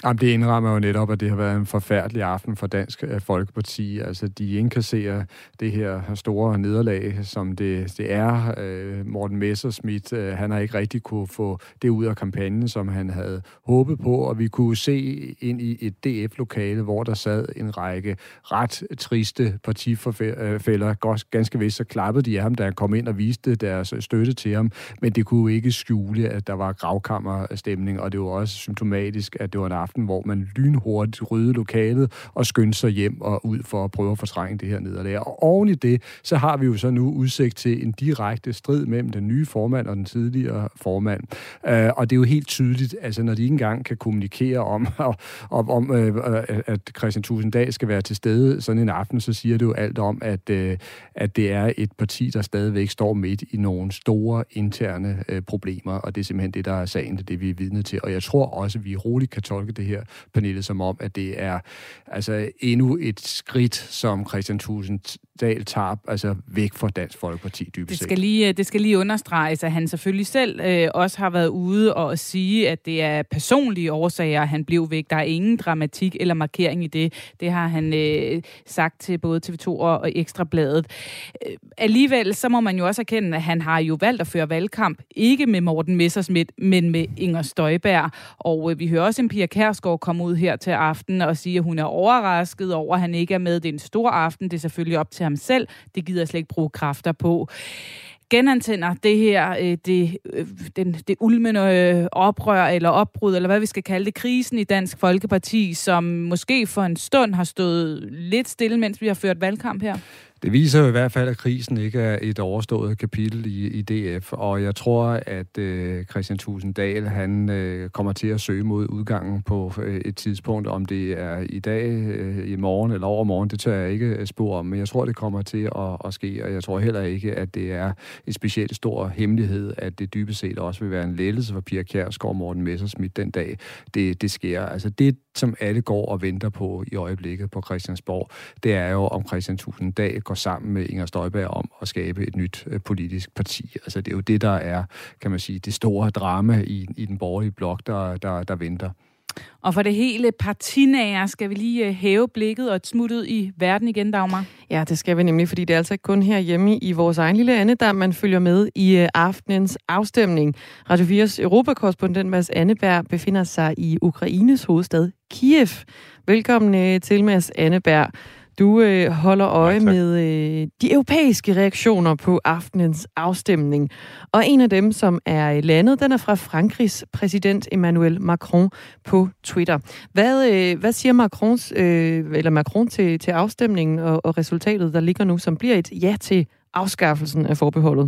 Jamen, det indrammer jo netop, at det har været en forfærdelig aften for Dansk Folkeparti. Altså, de indkasserer det her store nederlag, som det, det er. Morten Messerschmidt, han har ikke rigtig kunne få det ud af kampagnen, som han havde håbet på, og vi kunne se ind i et D F-lokale, hvor der sad en række ret triste partifæller. Ganske vist så klappede de af ham, da han kom ind og viste deres støtte til ham, men det kunne jo ikke skjule, at der var gravkammerstemning, og det var også symptomatisk, at det var en aften, hvor man lynhurtigt rydde lokalet og skyndte sig hjem og ud for at prøve at fortrænge det her nederlag. Og oven i det, så har vi jo så nu udsigt til en direkte strid mellem den nye formand og den tidligere formand. Uh, og det er jo helt tydeligt, altså når de ikke engang kan kommunikere om, om, om uh, at Kristian Thulesen Dahl skal være til stede sådan en aften, så siger det jo alt om, at, uh, at det er et parti, der stadigvæk står midt i nogle store interne uh, problemer, og det er simpelthen det, der er sagen, det, det vi er vidne til. Og jeg tror også, at vi roligt kan tolke det her, Pernille, som om, at det er altså endnu et skridt, som Kristian Thulesen Dahl tager altså væk fra Dansk Folkeparti dybest det set. skal lige, det skal lige understreges, at han selvfølgelig selv øh, også har været ude og sige, at det er personlige årsager, at han blev væk. Der er ingen dramatik eller markering i det. Det har han øh, sagt til både T V to og Ekstrabladet. Øh, alligevel så må man jo også erkende, at han har jo valgt at føre valgkamp, ikke med Morten Messerschmidt, men med Inger Støjberg. Og øh, vi hører også en Pia Kjærsgaard komme ud her til aften og sige, at hun er overrasket over, at han ikke er med. Det er en stor aften. Det er selvfølgelig op til ham selv. Det gider jeg slet ikke bruge kræfter på. Genantænder det her, det, den, det ulmende oprør eller opbrud, eller hvad vi skal kalde det, krisen i Dansk Folkeparti, som måske for en stund har stået lidt stille, mens vi har ført valgkamp her? Det viser jo i hvert fald, at krisen ikke er et overstået kapitel i, i D F, og jeg tror, at øh, Kristian Thulesen Dahl, han øh, kommer til at søge mod udgangen på øh, et tidspunkt, om det er i dag, øh, i morgen eller overmorgen, det tør jeg ikke spå om, men jeg tror, det kommer til at, at ske, og jeg tror heller ikke, at det er en specielt stor hemmelighed, at det dybest set også vil være en lettelse for Pia Kjærsgaard og Morten Messerschmidt den dag, det, det sker. Altså det, som alle går og venter på i øjeblikket på Christiansborg, det er jo, om Kristian Thulesen Dahl går sammen med Inger Støjberg om at skabe et nyt øh, politisk parti. Altså det er jo det, der er, kan man sige, det store drama i, i den borgerlige blok, der, der, der venter. Og for det hele partinære skal vi lige hæve blikket og et smut ud i verden igen, Dagmar. Ja, det skal vi nemlig, fordi det er altså ikke kun herhjemme i vores egen lille Annedam, man følger med i aftenens afstemning. Radio fires europakorrespondent Mads Anneberg befinder sig i Ukraines hovedstad Kiev. Velkommen til, Mads Anneberg. Du øh, holder øje ja, med øh, de europæiske reaktioner på aftenens afstemning. Og en af dem, som er landet, den er fra Frankrigs præsident Emmanuel Macron på Twitter. Hvad, øh, hvad siger Macrons, øh, eller Macron til, til afstemningen og, og resultatet, der ligger nu, som bliver et ja til afskaffelsen af forbeholdet?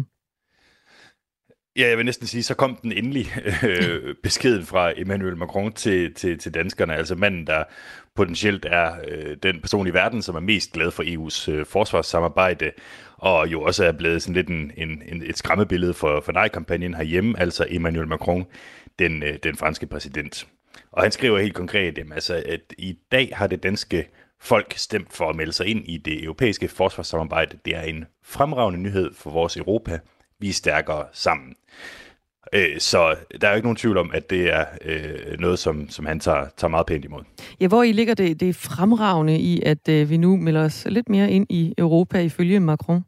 Ja, jeg vil næsten sige, så kom den endelig øh, beskeden fra Emmanuel Macron til, til, til danskerne. Altså manden, der potentielt er øh, den person i verden, som er mest glad for E U's øh, forsvarssamarbejde, og jo også er blevet sådan lidt en, en, en, et skræmmebillede for, for nej-kampagnen herhjemme, altså Emmanuel Macron, den, øh, den franske præsident. Og han skriver helt konkret, jamen, altså, at i dag har det danske folk stemt for at melde sig ind i det europæiske forsvarssamarbejde. Det er en fremragende nyhed for vores Europa. Vi er stærkere sammen. Så der er jo ikke nogen tvivl om, at det er øh, noget, som, som han tager, tager meget pænt imod. Ja, hvor I ligger det, det fremragende i, at øh, vi nu melder os lidt mere ind i Europa ifølge Macron?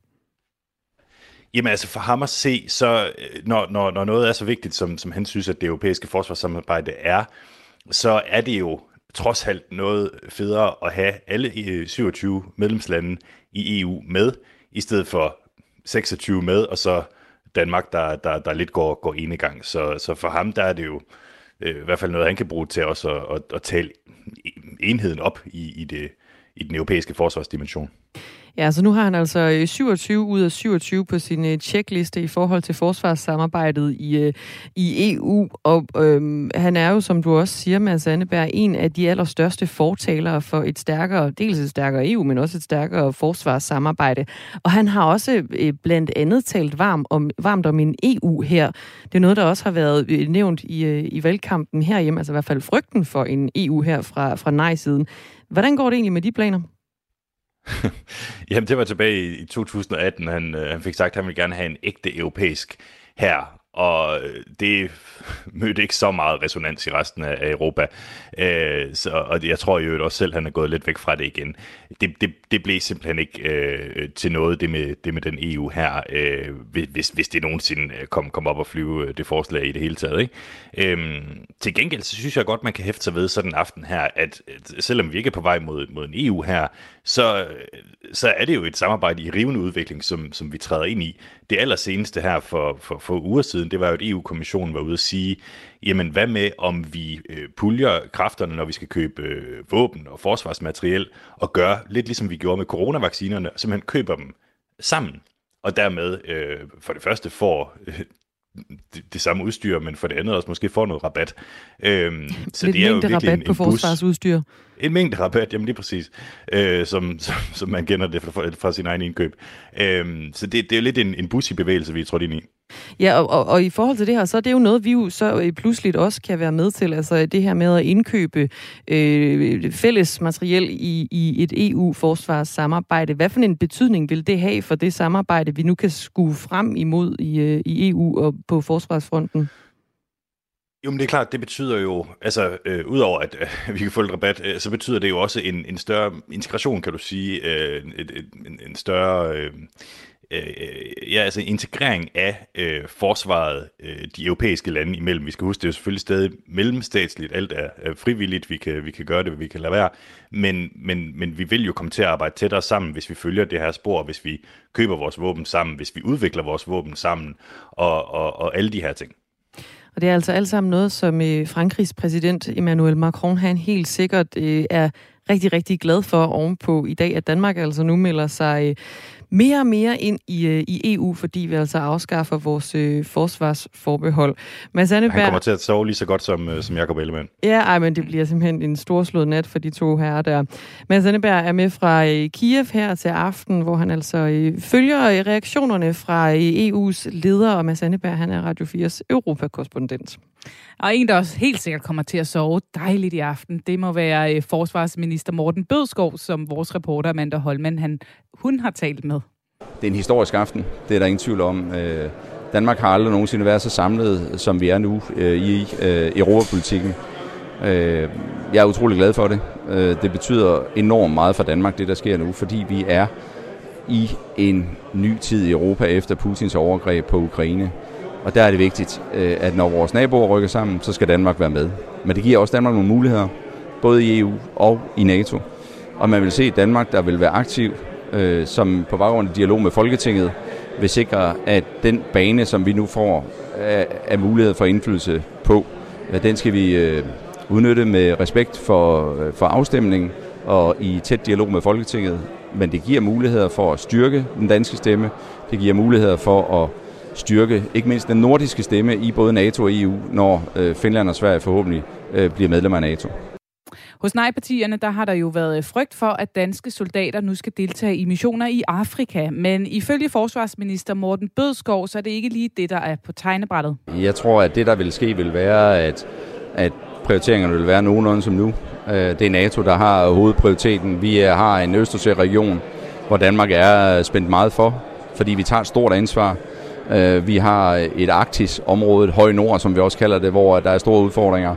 Jamen altså for ham at se, så når, når, når noget er så vigtigt, som, som han synes, at det europæiske forsvarssamarbejde er, så er det jo trods alt noget federe at have alle syvogtyve medlemslande i E U med, i stedet for seksogtyve med, og så Danmark, der, der, der lidt går, går enegang. Så, så for ham, der er det jo øh, i hvert fald noget, han kan bruge til også at, at, at tale enheden op i, i, det, i den europæiske forsvarsdimension. Ja, så nu har han altså syvogtyve ud af syvogtyve på sin checkliste i forhold til forsvarssamarbejdet i, i E U. Og øhm, han er jo, som du også siger, Mads Anneberg, en af de allerstørste fortalere for et stærkere, dels et stærkere E U, men også et stærkere forsvarssamarbejde. Og han har også øh, blandt andet talt varm om, varmt om en E U her. Det er noget, der også har været nævnt i, øh, i valgkampen herhjemme, altså i hvert fald frygten for en E U her fra, fra nej-siden. Hvordan går det egentlig med de planer? Jamen, det var tilbage i to tusind atten, han, han fik sagt, at han ville gerne have en ægte europæisk hær. og det mødte ikke så meget resonans i resten af Europa. Øh, så, og jeg tror jo også selv, han er gået lidt væk fra det igen. Det, det, det blev simpelthen ikke øh, til noget, det med, det med den E U her, øh, hvis, hvis det nogensinde kom, kom op og flyve det forslag i det hele taget. Ikke? Øh, til gengæld, så synes jeg godt, man kan hæfte sig ved sådan en aften her, at, at selvom vi ikke er på vej mod, mod en E U her, så, så er det jo et samarbejde i rivende udvikling, som, som vi træder ind i. Det allerseneste her for, for, for uger siden, det var jo, at E U-kommissionen var ude at sige, jamen hvad med, om vi øh, puljer kræfterne, når vi skal købe øh, våben og forsvarsmateriel, og gør lidt ligesom vi gjorde med coronavaccinerne, og simpelthen køber dem sammen, og dermed øh, for det første får øh, det, det samme udstyr, men for det andet også måske får noget rabat. Øhm, så lidt det er jo rabat en, en på forsvarsudstyr. En mængde rabat, jamen lige præcis, øh, som, som, som man kender det fra, fra sin egen indkøb. Øhm, så det, det er jo lidt en, en bussig bevægelse, vi er trådt ind i. Ja, og, og, og i forhold til det her, så er det jo noget, vi jo så pludselig også kan være med til. Altså det her med at indkøbe øh, fælles materiel i, i et E U-forsvarssamarbejde. Hvad for en betydning vil det have for det samarbejde, vi nu kan skue frem imod i, i E U og på forsvarsfronten? Jo, men det er klart, det betyder jo, altså øh, udover at øh, vi kan få lidt rabat, øh, så betyder det jo også en, en større integration, kan du sige, øh, et, et, en, en større øh, øh, ja, altså integrering af øh, forsvaret, øh, de europæiske lande imellem. Vi skal huske, det er jo selvfølgelig stadig mellemstatsligt, alt er, er frivilligt, vi kan, vi kan gøre det, vi kan lade være, men, men, men vi vil jo komme til at arbejde tættere sammen, hvis vi følger det her spor, hvis vi køber vores våben sammen, hvis vi udvikler vores våben sammen, og, og, og alle de her ting. Og det er altså alt sammen noget, som øh, Frankrigs præsident Emmanuel Macron, han helt sikkert øh, er rigtig, rigtig glad for ovenpå i dag, at Danmark altså nu melder sig øh, mere og mere ind i, øh, i E U, fordi vi altså afskaffer vores øh, forsvarsforbehold. Mads Anneberg, han kommer til at sove lige så godt som, øh, som Jakob Ellemann. Ja, ej, men det bliver simpelthen en storslået nat for de to herrer der. Mads Anneberg er med fra øh, Kiev her til aften, hvor han altså øh, følger øh, reaktionerne fra øh, E U's leder, og Mads Anneberg, han er Radio fires Europa-korrespondent. Og en, der også helt sikkert kommer til at sove dejligt i aften, det må være øh, forsvarsminister Morten Bødskov, som vores reporter Amanda Holman, han, hun har talt med. Det er en historisk aften, det er der ingen tvivl om. Danmark har aldrig nogensinde været så samlet, som vi er nu i europapolitikken. Jeg er utrolig glad for det. Det betyder enormt meget for Danmark, det der sker nu, fordi vi er i en ny tid i Europa efter Putins overgreb på Ukraine. Og der er det vigtigt, at når vores naboer rykker sammen, så skal Danmark være med. Men det giver også Danmark nogle muligheder, både i E U og i NATO. Og man vil se Danmark, der vil være aktiv, øh, som på baggrund af dialog med Folketinget, vil sikre, at den bane, som vi nu får af, af mulighed for indflydelse på, den skal vi øh, udnytte med respekt for, for afstemningen og i tæt dialog med Folketinget. Men det giver muligheder for at styrke den danske stemme. Det giver muligheder for at styrke ikke mindst den nordiske stemme i både NATO og E U, når øh, Finland og Sverige forhåbentlig øh, bliver medlemmer af NATO. Hos nej-partierne, der har der jo været frygt for, at danske soldater nu skal deltage i missioner i Afrika. Men ifølge forsvarsminister Morten Bødskov, så er det ikke lige det, der er på tegnebrættet. Jeg tror, at det, der vil ske, vil være, at, at prioriteringerne vil være nogenlunde som nu. Det er NATO, der har hovedprioriteten. Vi har en Østersø-region, hvor Danmark er spændt meget for, fordi vi tager et stort ansvar. Vi har et arktisk område, et høj nord, som vi også kalder det, hvor der er store udfordringer.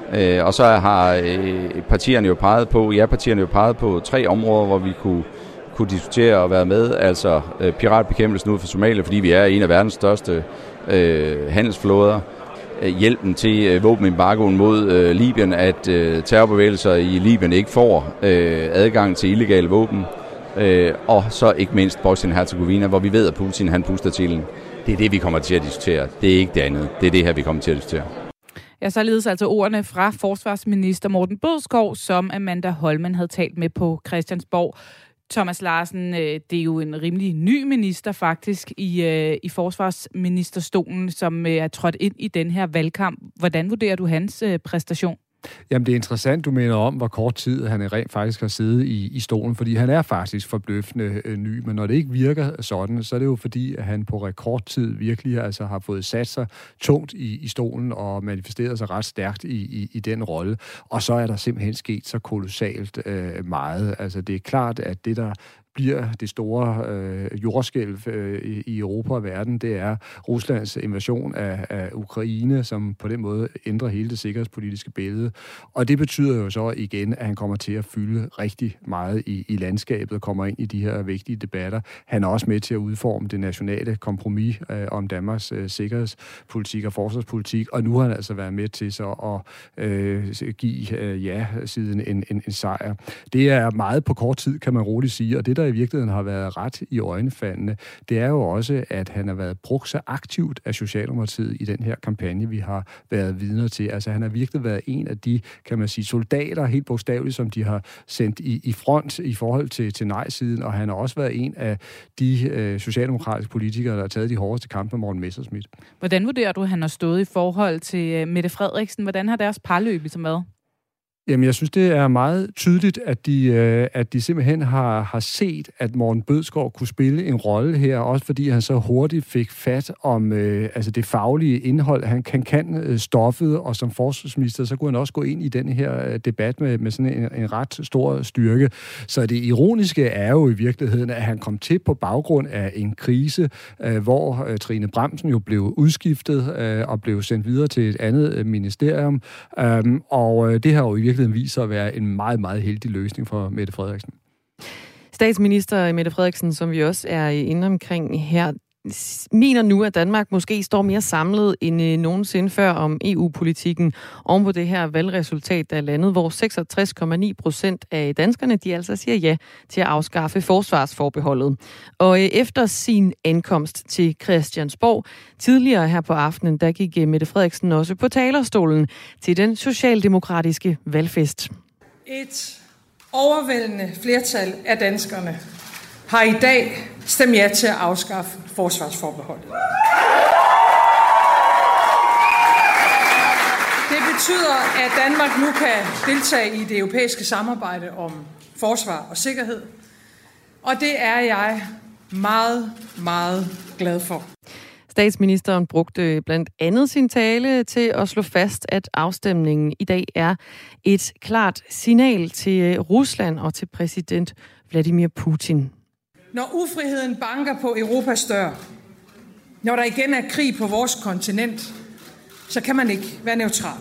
Og så har partierne jo peget på, ja, partierne jo peget på tre områder, hvor vi kunne, kunne diskutere at være med. Altså piratbekæmpelsen ud for Somalia, fordi vi er en af verdens største øh, handelsflåder. Hjælpen til våbenembargoen mod øh, Libyen, at øh, terrorbevægelser i Libyen ikke får øh, adgang til illegale våben. Øh, og så ikke mindst Bosnien-Herzegovina, hvor vi ved, at Putin han puster til. Det er det, vi kommer til at diskutere. Det er ikke det andet. Det er det her, vi kommer til at diskutere. Ja, således altså ordene fra forsvarsminister Morten Bødskov, som Amanda Holman havde talt med på Christiansborg. Thomas Larsen, det er jo en rimelig ny minister faktisk i, i forsvarsministerstolen, som er trådt ind i den her valgkamp. Hvordan vurderer du hans præstation? Jamen, det er interessant, du mener om, hvor kort tid han rent faktisk har siddet i, i stolen, fordi han er faktisk forbløffende øh, ny, men når det ikke virker sådan, så er det jo fordi, at han på rekordtid virkelig altså har fået sat sig tungt i, i stolen og manifesteret sig ret stærkt i, i, i den rolle. Og så er der simpelthen sket så kolossalt øh, meget. Altså, det er klart, at det, der bliver det store øh, jordskælv øh, i, i Europa og verden, det er Ruslands invasion af, af Ukraine, som på den måde ændrer hele det sikkerhedspolitiske billede. Og det betyder jo så igen, at han kommer til at fylde rigtig meget i, i landskabet og kommer ind i de her vigtige debatter. Han er også med til at udforme det nationale kompromis øh, om Danmarks øh, sikkerhedspolitik og forsvarspolitik, og nu har han altså været med til så at øh, give øh, ja-siden en, en, en sejr. Det er meget på kort tid, kan man roligt sige, og det, der i virkeligheden har været ret i øjnefaldene, det er jo også, at han har været brugt så aktivt af Socialdemokratiet i den her kampagne, vi har været vidner til. Altså, han har virkelig været en af de, kan man sige, soldater, helt bogstaveligt, som de har sendt i, i front i forhold til, til nej-siden, og han har også været en af de øh, socialdemokratiske politikere, der har taget de hårdeste kampe med Morten Messerschmidt. Hvordan vurderer du, at han har stået i forhold til Mette Frederiksen? Hvordan har deres parløb ligesom været? Jamen, jeg synes, det er meget tydeligt, at de, øh, at de simpelthen har, har set, at Morten Bødskov kunne spille en rolle her, også fordi han så hurtigt fik fat om øh, altså det faglige indhold. Han kan, kan øh, stoffet, og som forsvarsminister, så kunne han også gå ind i den her øh, debat med, med sådan en, en ret stor styrke. Så det ironiske er jo i virkeligheden, at han kom til på baggrund af en krise, øh, hvor øh, Trine Bramsen jo blev udskiftet øh, og blev sendt videre til et andet øh, ministerium. Øh, og øh, det har jo i virkeligheden viser at være en meget, meget heldig løsning for Mette Frederiksen. Statsminister Mette Frederiksen, som vi også er inde omkring her, mener nu, at Danmark måske står mere samlet end nogensinde før om E U-politikken oven på det her valgresultat, der er landet, hvor seksogtres komma ni procent af danskerne, de altså siger ja til at afskaffe forsvarsforbeholdet. Og efter sin ankomst til Christiansborg tidligere her på aftenen, der gik Mette Frederiksen også på talerstolen til den socialdemokratiske valgfest. Et overvældende flertal af danskerne har i dag stemt ja til at afskaffe forsvarsforbeholdet. Det betyder, at Danmark nu kan deltage i det europæiske samarbejde om forsvar og sikkerhed, og det er jeg meget, meget glad for. Statsministeren brugte blandt andet sin tale til at slå fast, at afstemningen i dag er et klart signal til Rusland og til præsident Vladimir Putin. Når ufriheden banker på Europas dør, når der igen er krig på vores kontinent, så kan man ikke være neutral.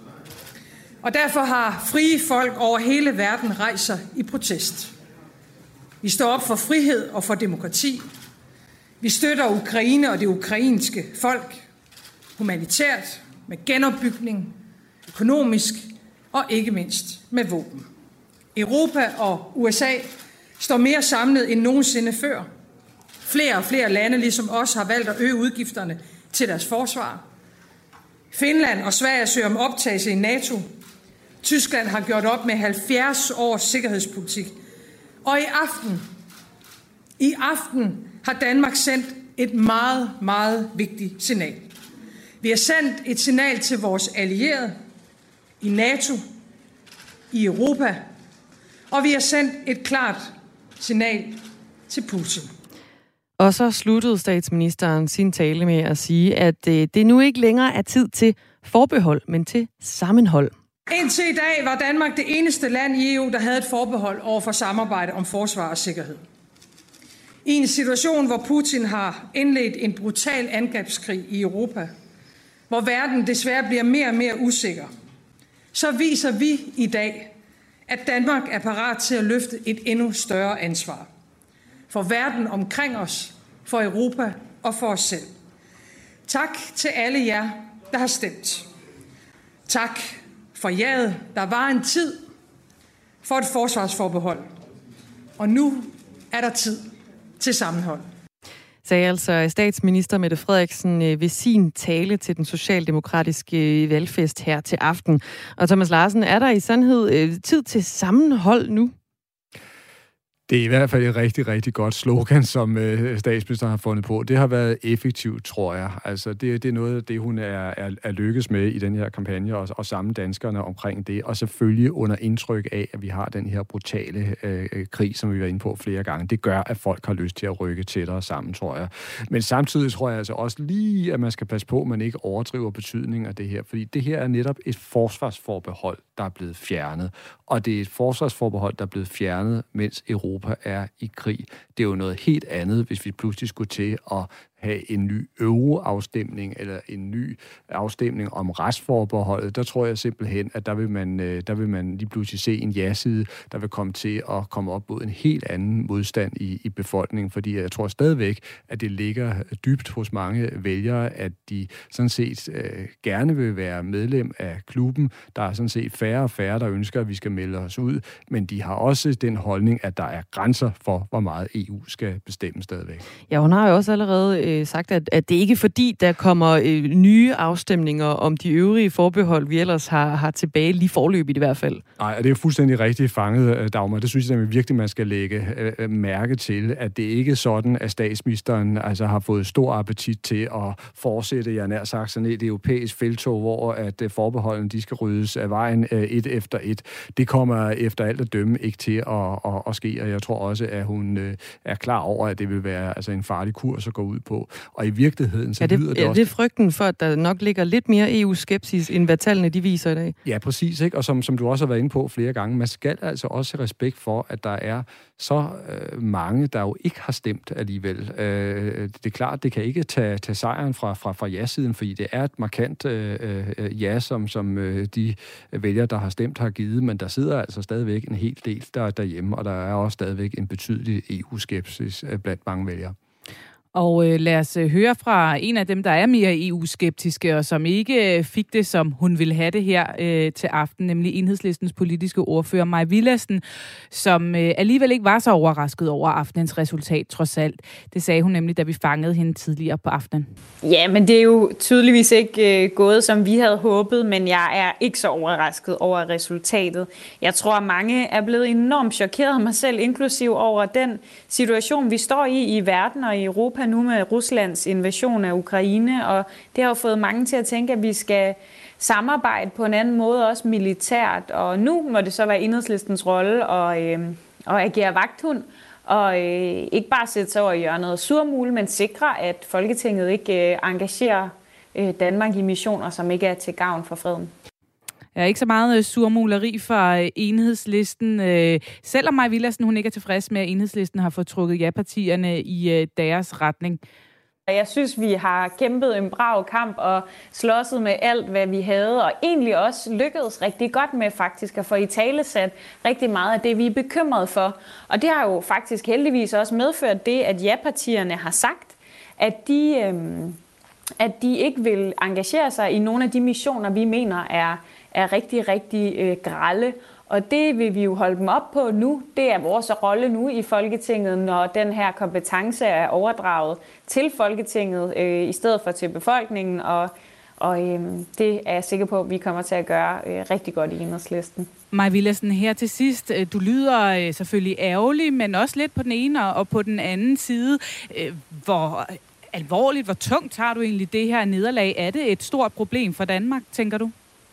Og derfor har frie folk over hele verden rejst sig i protest. Vi står op for frihed og for demokrati. Vi støtter Ukraine og det ukrainske folk humanitært, med genopbygning, økonomisk og ikke mindst med våben. Europa og U S A står mere samlet end nogensinde før. Flere og flere lande, ligesom os, har valgt at øge udgifterne til deres forsvar. Finland og Sverige søger om optagelse i NATO. Tyskland har gjort op med halvfjerds års sikkerhedspolitik. Og i aften, i aften har Danmark sendt et meget, meget vigtigt signal. Vi har sendt et signal til vores allierede i NATO, i Europa, og vi har sendt et klart signal til Putin. Og så sluttede statsministeren sin tale med at sige, at det nu ikke længere er tid til forbehold, men til sammenhold. Indtil i dag var Danmark det eneste land i E U, der havde et forbehold over for samarbejde om forsvar og sikkerhed. I en situation, hvor Putin har indledt en brutal angrebskrig i Europa, hvor verden desværre bliver mere og mere usikker, så viser vi i dag, at Danmark er parat til at løfte et endnu større ansvar. For verden omkring os, for Europa og for os selv. Tak til alle jer, der har stemt. Tak for jaet. Der var en tid for et forsvarsforbehold. Og nu er der tid til sammenhold. Sagde altså statsminister Mette Frederiksen ved sin tale til den socialdemokratiske valgfest her til aften. Og Thomas Larsen, er der i sandhed tid til sammenhold nu? Det er i hvert fald et rigtig, rigtig godt slogan, som øh, statsministeren har fundet på. Det har været effektivt, tror jeg. Altså, det, det er noget af det, hun er, er, er lykkes med i den her kampagne, og, og samle danskerne omkring det. Og selvfølgelig under indtryk af, at vi har den her brutale øh, krig, som vi var inde på flere gange. Det gør, at folk har lyst til at rykke tættere sammen, tror jeg. Men samtidig tror jeg altså også lige, at man skal passe på, at man ikke overdriver betydningen af det her. Fordi det her er netop et forsvarsforbehold, der er blevet fjernet. Og det er et forsvarsforbehold, der er blevet fjernet, mens Europa Europa er i krig. Det er jo noget helt andet, hvis vi pludselig skulle til at have en ny euro-afstemning eller en ny afstemning om retsforbeholdet. Der tror jeg simpelthen, at der vil man, der vil man lige pludselig se en ja-side, der vil komme til at komme op mod en helt anden modstand i, i befolkningen, fordi jeg tror stadigvæk, at det ligger dybt hos mange vælgere, at de sådan set øh, gerne vil være medlem af klubben. Der er sådan set færre og færre, der ønsker, at vi skal melde os ud, men de har også den holdning, at der er grænser for, hvor meget E U skal bestemme stadigvæk. Ja, hun har jo også allerede øh, sagt, at, at det ikke er fordi, der kommer øh, nye afstemninger om de øvrige forbehold, vi ellers har, har tilbage, lige forløbigt i hvert fald. Nej, det er fuldstændig rigtigt fanget, Dagmar. Det synes jeg virkelig, man skal lægge øh, mærke til, at det ikke er sådan, at statsministeren altså, har fået stor appetit til at fortsætte, jeg nær sagt, sådan et europæisk feltog, hvor at øh, forbeholdene, de skal ryddes af vejen øh, et efter et. Det kommer efter alt at dømme ikke til at, at, at ske, og jeg tror også, at hun øh, er klar over, at det vil være altså, en farlig kurs at gå ud på. Og i virkeligheden, så ja, det, lyder det ja, også... det er frygten for, at der nok ligger lidt mere E U-skepsis, end hvad tallene de viser i dag. Ja, præcis, ikke? Og som, som du også har været inde på flere gange, man skal altså også have respekt for, at der er så øh, mange, der jo ikke har stemt alligevel. Øh, det er klart, det kan ikke tage, tage sejren fra, fra, fra ja-siden, fordi det er et markant øh, øh, ja, som, som øh, de vælgere, der har stemt, har givet, men der sidder altså stadigvæk en hel del der, derhjemme, og der er også stadigvæk en betydelig E U-skepsis øh, blandt mange vælgere. Og øh, lad os øh, høre fra en af dem, der er mere E U-skeptiske, og som ikke øh, fik det, som hun ville have det her øh, til aften, nemlig Enhedslistens politiske ordfører, Mai Villadsen, som øh, alligevel ikke var så overrasket over aftenens resultat, trods alt. Det sagde hun nemlig, da vi fangede hende tidligere på aftenen. Ja, men det er jo tydeligvis ikke øh, gået, som vi havde håbet, men jeg er ikke så overrasket over resultatet. Jeg tror, at mange er blevet enormt chokeret, mig selv inklusiv, over den situation, vi står i i verden og i Europa nu med Ruslands invasion af Ukraine, og det har jo fået mange til at tænke, at vi skal samarbejde på en anden måde, også militært, og nu må det så være Enhedslistens rolle at, øh, at agere vagthund, og øh, ikke bare sætte sig over i hjørnet og surmule, men sikre, at Folketinget ikke øh, engagerer øh, Danmark i missioner, som ikke er til gavn for freden. Ja, ikke så meget surmuleri fra Enhedslisten. Selvom Mai Villadsen, hun ikke er tilfreds med, at Enhedslisten har fået trukket ja-partierne i deres retning. Jeg synes, vi har kæmpet en brav kamp og slåsset med alt, hvad vi havde, og egentlig også lykkedes rigtig godt med faktisk at få italesat rigtig meget af det, vi er bekymret for. Og det har jo faktisk heldigvis også medført det, at ja-partierne har sagt, at de, øhm, at de ikke vil engagere sig i nogle af de missioner, vi mener er er rigtig, rigtig øh, grelle. Og det vil vi jo holde dem op på nu. Det er vores rolle nu i Folketinget, når den her kompetence er overdraget til Folketinget, øh, i stedet for til befolkningen. Og, og øh, det er jeg sikker på, at vi kommer til at gøre øh, rigtig godt i Enhedslisten. Mai Villadsen, her til sidst. Du lyder selvfølgelig ærgerlig, men også lidt på den ene og på den anden side. Hvor alvorligt, hvor tungt har du egentlig det her nederlag? Er det et stort problem for Danmark, tænker du?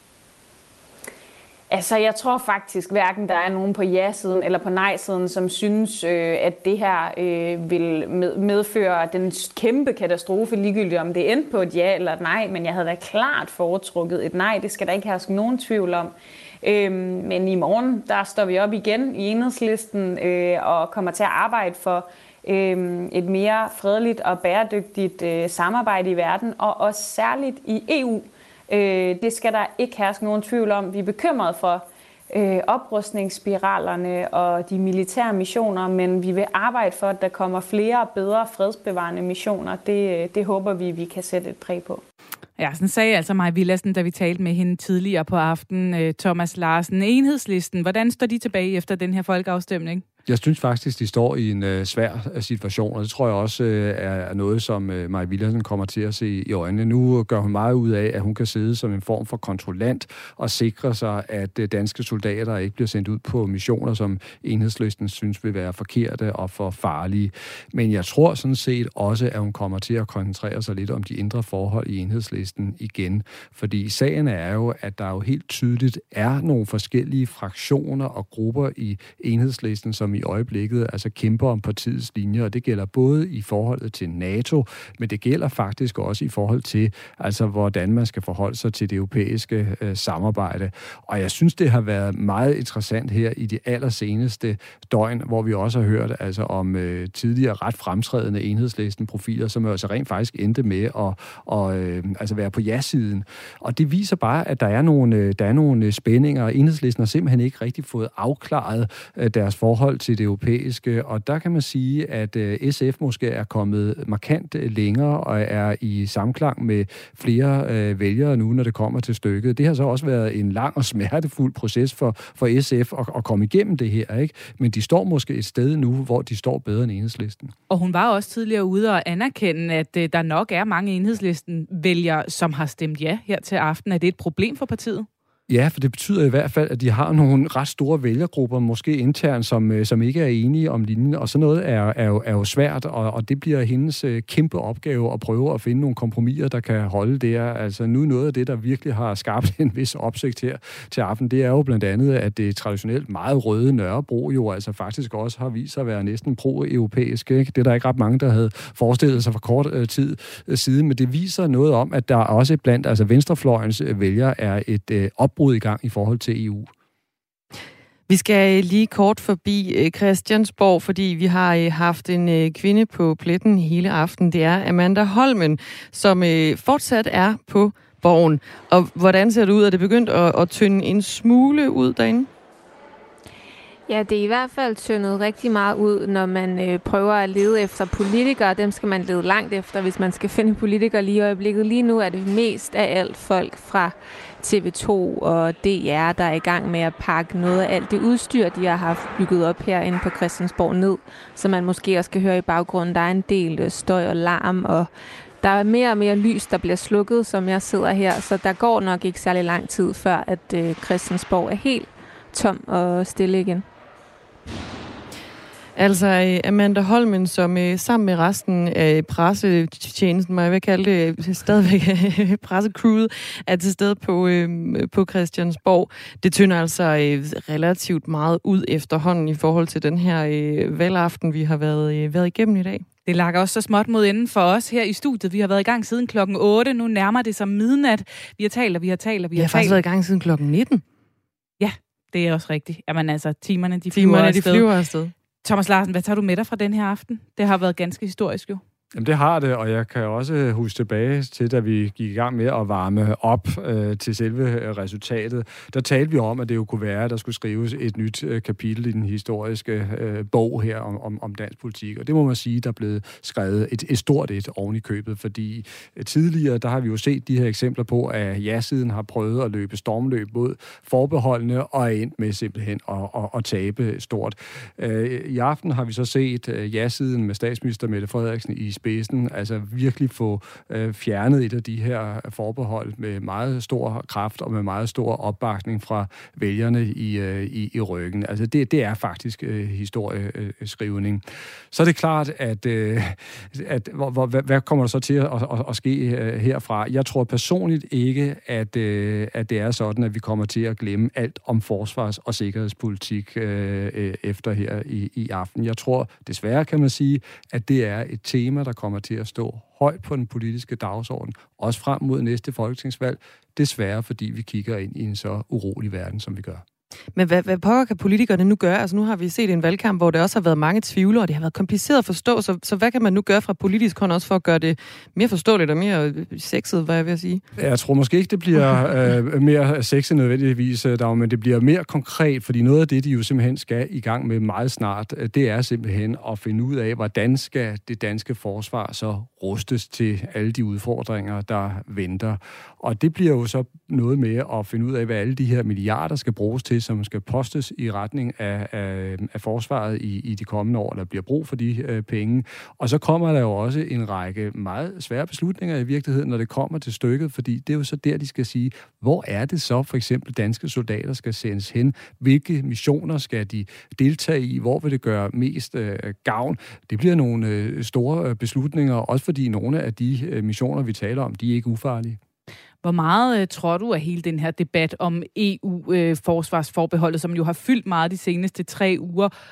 Altså, jeg tror faktisk hverken der er nogen på ja-siden eller på nej-siden, som synes, øh, at det her øh, vil med- medføre den kæmpe katastrofe, ligegyldigt om det endte på et ja eller et nej, men jeg havde da klart foretrukket et nej, det skal der ikke herske nogen tvivl om. Øh, men i morgen, der står vi op igen i Enhedslisten øh, og kommer til at arbejde for øh, et mere fredeligt og bæredygtigt øh, samarbejde i verden, og også særligt i E U. Øh, det skal der ikke herske nogen tvivl om. Vi er bekymrede for øh, oprustningsspiralerne og de militære missioner, men vi vil arbejde for, at der kommer flere og bedre fredsbevarende missioner. Det, det håber vi, vi kan sætte et præg på. Ja, sådan sagde altså Mai Villadsen, da vi talte med hende tidligere på aftenen. Thomas Larsen, Enhedslisten, hvordan står de tilbage efter den her folkeafstemning? Jeg synes faktisk, de står i en øh, svær situation, og det tror jeg også øh, er noget, som øh, Mai Villadsen kommer til at se i øjnene. Nu gør hun meget ud af, at hun kan sidde som en form for kontrollant og sikre sig, at øh, danske soldater ikke bliver sendt ud på missioner, som Enhedslisten synes vil være forkerte og for farlige. Men jeg tror sådan set også, at hun kommer til at koncentrere sig lidt om de indre forhold i Enhedslisten igen. Fordi sagen er jo, at der jo helt tydeligt er nogle forskellige fraktioner og grupper i Enhedslisten, som i øjeblikket altså kæmper om partiets linje, og det gælder både i forholdet til NATO, men det gælder faktisk også i forhold til, altså hvordan man skal forholde sig til det europæiske øh, samarbejde. Og jeg synes, det har været meget interessant her i de allerseneste døgn, hvor vi også har hørt altså om øh, tidligere ret fremtrædende Enhedslisten-profiler, som jo altså rent faktisk endte med at og, øh, altså være på ja-siden. Og det viser bare, at der er nogle, øh, der er nogle spændinger, og Enhedslisten har simpelthen ikke rigtig fået afklaret øh, deres forhold til det europæiske, og der kan man sige, at øh, S F måske er kommet markant længere og er i samklang med flere øh, vælgere nu, når det kommer til stykket. Det har så også været en lang og smertefuld proces for, for S F at, at komme igennem det her, ikke? Men de står måske et sted nu, hvor de står bedre end Enhedslisten. Og hun var også tidligere ude og anerkende, at øh, der nok er mange Enhedslisten-vælgere, som har stemt ja her til aften. Er det et problem for partiet? Ja, for det betyder i hvert fald, at de har nogle ret store vælgergrupper, måske internt, som, som ikke er enige om linjen, og sådan noget er, er, jo, er jo svært, og, og det bliver hendes kæmpe opgave at prøve at finde nogle kompromiser, der kan holde det her. Altså nu noget af det, der virkelig har skabt en vis opsigt her til aften, det er jo blandt andet, at det traditionelt meget røde Nørrebro jo altså faktisk også har vist sig at være næsten pro-europæisk. Ikke? Det er der ikke ret mange, der havde forestillet sig for kort øh, tid øh, siden, men det viser noget om, at der også blandt altså venstrefløjens øh, vælgere er et øh, op brud i gang i forhold til E U. Vi skal lige kort forbi Christiansborg, fordi vi har haft en kvinde på pletten hele aften. Det er Amanda Holmen, som fortsat er på Borgen. Og hvordan ser det ud? Er det begyndt at, at tynde en smule ud derinde? Ja, det er i hvert fald tyndet rigtig meget ud, når man øh, prøver at lede efter politikere. Dem skal man lede langt efter, hvis man skal finde politikere lige i øjeblikket. Lige nu er det mest af alt folk fra T V to og D R, der er i gang med at pakke noget af alt det udstyr, de har haft bygget op herinde på Christiansborg ned, så man måske også kan høre i baggrunden. Der er en del støj og larm, og der er mere og mere lys, der bliver slukket, som jeg sidder her, så der går nok ikke særlig lang tid, før at øh, Christiansborg er helt tom og stille igen. Altså Amanda Holmen, som øh, sammen med resten af pressetjenesten, må jeg vil kalde det stadigvæk pressecrewet, er til stede på, øh, på Christiansborg. Det tynder altså øh, relativt meget ud efterhånden i forhold til den her øh, valgaften, vi har været, øh, været igennem i dag. Det lakker også så småt mod enden for os her i studiet. Vi har været i gang siden klokken otte. Nu nærmer det sig midnat. Vi har talt, og vi har talt, og vi har, vi har talt. faktisk været i gang siden klokken nitten. Ja, det er også rigtigt. Jamen altså, timerne, de flyver timerne, afsted. de flyver afsted. Thomas Larsen, hvad tager du med dig fra den her aften? Det har været ganske historisk jo. Jamen det har det, og jeg kan også huske tilbage til, da vi gik i gang med at varme op øh, til selve resultatet. Der talte vi om, at det jo kunne være, at der skulle skrives et nyt øh, kapitel i den historiske øh, bog her om, om, om dansk politik. Og det må man sige, der er blevet skrevet et, et stort et oven i købet, fordi øh, tidligere, der har vi jo set de her eksempler på, at ja-siden har prøvet at løbe stormløb mod forbeholdene og er endt med simpelthen at, at, at tabe stort. Øh, I aften har vi så set øh, ja-siden med statsminister Mette Frederiksen i spidsen, altså virkelig få øh, fjernet et af de her forbehold med meget stor kraft og med meget stor opbakning fra vælgerne i, øh, i, i ryggen. Altså det, det er faktisk øh, historieskrivning. Så er det klart, at, øh, at hvor, hvor, hvad kommer der så til at, at, at ske øh, herfra? Jeg tror personligt ikke, at, øh, at det er sådan, at vi kommer til at glemme alt om forsvars- og sikkerhedspolitik øh, øh, efter her i, i aften. Jeg tror desværre, kan man sige, at det er et tema, der kommer til at stå højt på den politiske dagsorden, også frem mod næste folketingsvalg, desværre fordi vi kigger ind i en så urolig verden, som vi gør. Men hvad, hvad pokker kan politikerne nu gøre? Altså nu har vi set en valgkamp, hvor der også har været mange tvivlere, og det har været kompliceret at forstå, så, så hvad kan man nu gøre fra politisk hånd også for at gøre det mere forståeligt og mere sexet, hvad jeg vil sige? Jeg tror måske ikke, det bliver øh, mere sexet nødvendigvis, der, men det bliver mere konkret, fordi noget af det, de jo simpelthen skal i gang med meget snart, det er simpelthen at finde ud af, hvordan skal det danske forsvar så rustes til alle de udfordringer, der venter. Og det bliver jo så noget med at finde ud af, hvad alle de her milliarder skal bruges til, som skal postes i retning af, af, af forsvaret i, i de kommende år, der bliver brug for de øh, penge. Og så kommer der jo også en række meget svære beslutninger i virkeligheden, når det kommer til stykket, fordi det er jo så der, de skal sige, hvor er det så for eksempel danske soldater skal sendes hen? Hvilke missioner skal de deltage i? Hvor vil det gøre mest øh, gavn? Det bliver nogle øh, store beslutninger, også fordi nogle af de øh, missioner, vi taler om, de er ikke ufarlige. Hvor meget øh, tror du af hele den her debat om E U-forsvarsforbeholdet, øh, som jo har fyldt meget de seneste tre uger,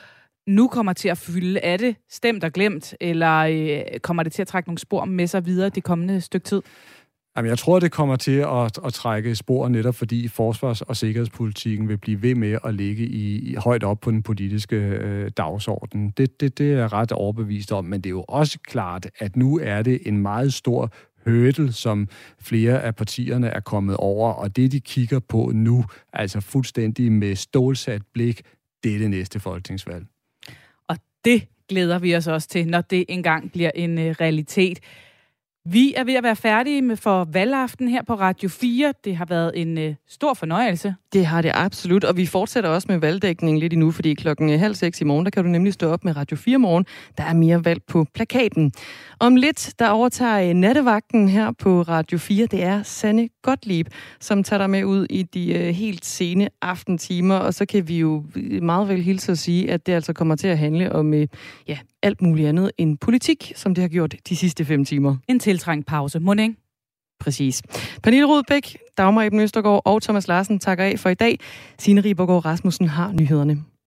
nu kommer til at fylde? Er det stemt og glemt, eller øh, kommer det til at trække nogle spor med sig videre det kommende stykke tid? Jamen, jeg tror, det kommer til at, at trække spor netop, fordi forsvars- og sikkerhedspolitikken vil blive ved med at ligge i, i højt op på den politiske øh, dagsorden. Det, det, det er jeg ret overbevist om, men det er jo også klart, at nu er det en meget stor hurdle, som flere af partierne er kommet over, og det, de kigger på nu, altså fuldstændig med stålsat blik, det er det næste folketingsvalg. Og det glæder vi os også til, når det engang bliver en øh, realitet. Vi er ved at være færdige med for valgaften her på Radio fire. Det har været en øh, stor fornøjelse. Det har det absolut, og vi fortsætter også med valgdækningen lidt endnu, fordi klokken halv seks i morgen, der kan du nemlig stå op med Radio fire morgen. Der er mere valg på plakaten. Om lidt, der overtager nattevagten her på Radio fire, det er Sanne Gottlieb, som tager dig med ud i de øh, helt sene aftentimer, og så kan vi jo meget vel hilse at sige, at det altså kommer til at handle om øh, ja, alt muligt andet end politik, som det har gjort de sidste fem timer. En tiltrængt pause, må ikke? Præcis. Pernille Rudbæk, Dagmar Eben Østergaard og Thomas Larsen takker af for i dag. Signe Ribergaard Rasmussen har nyhederne.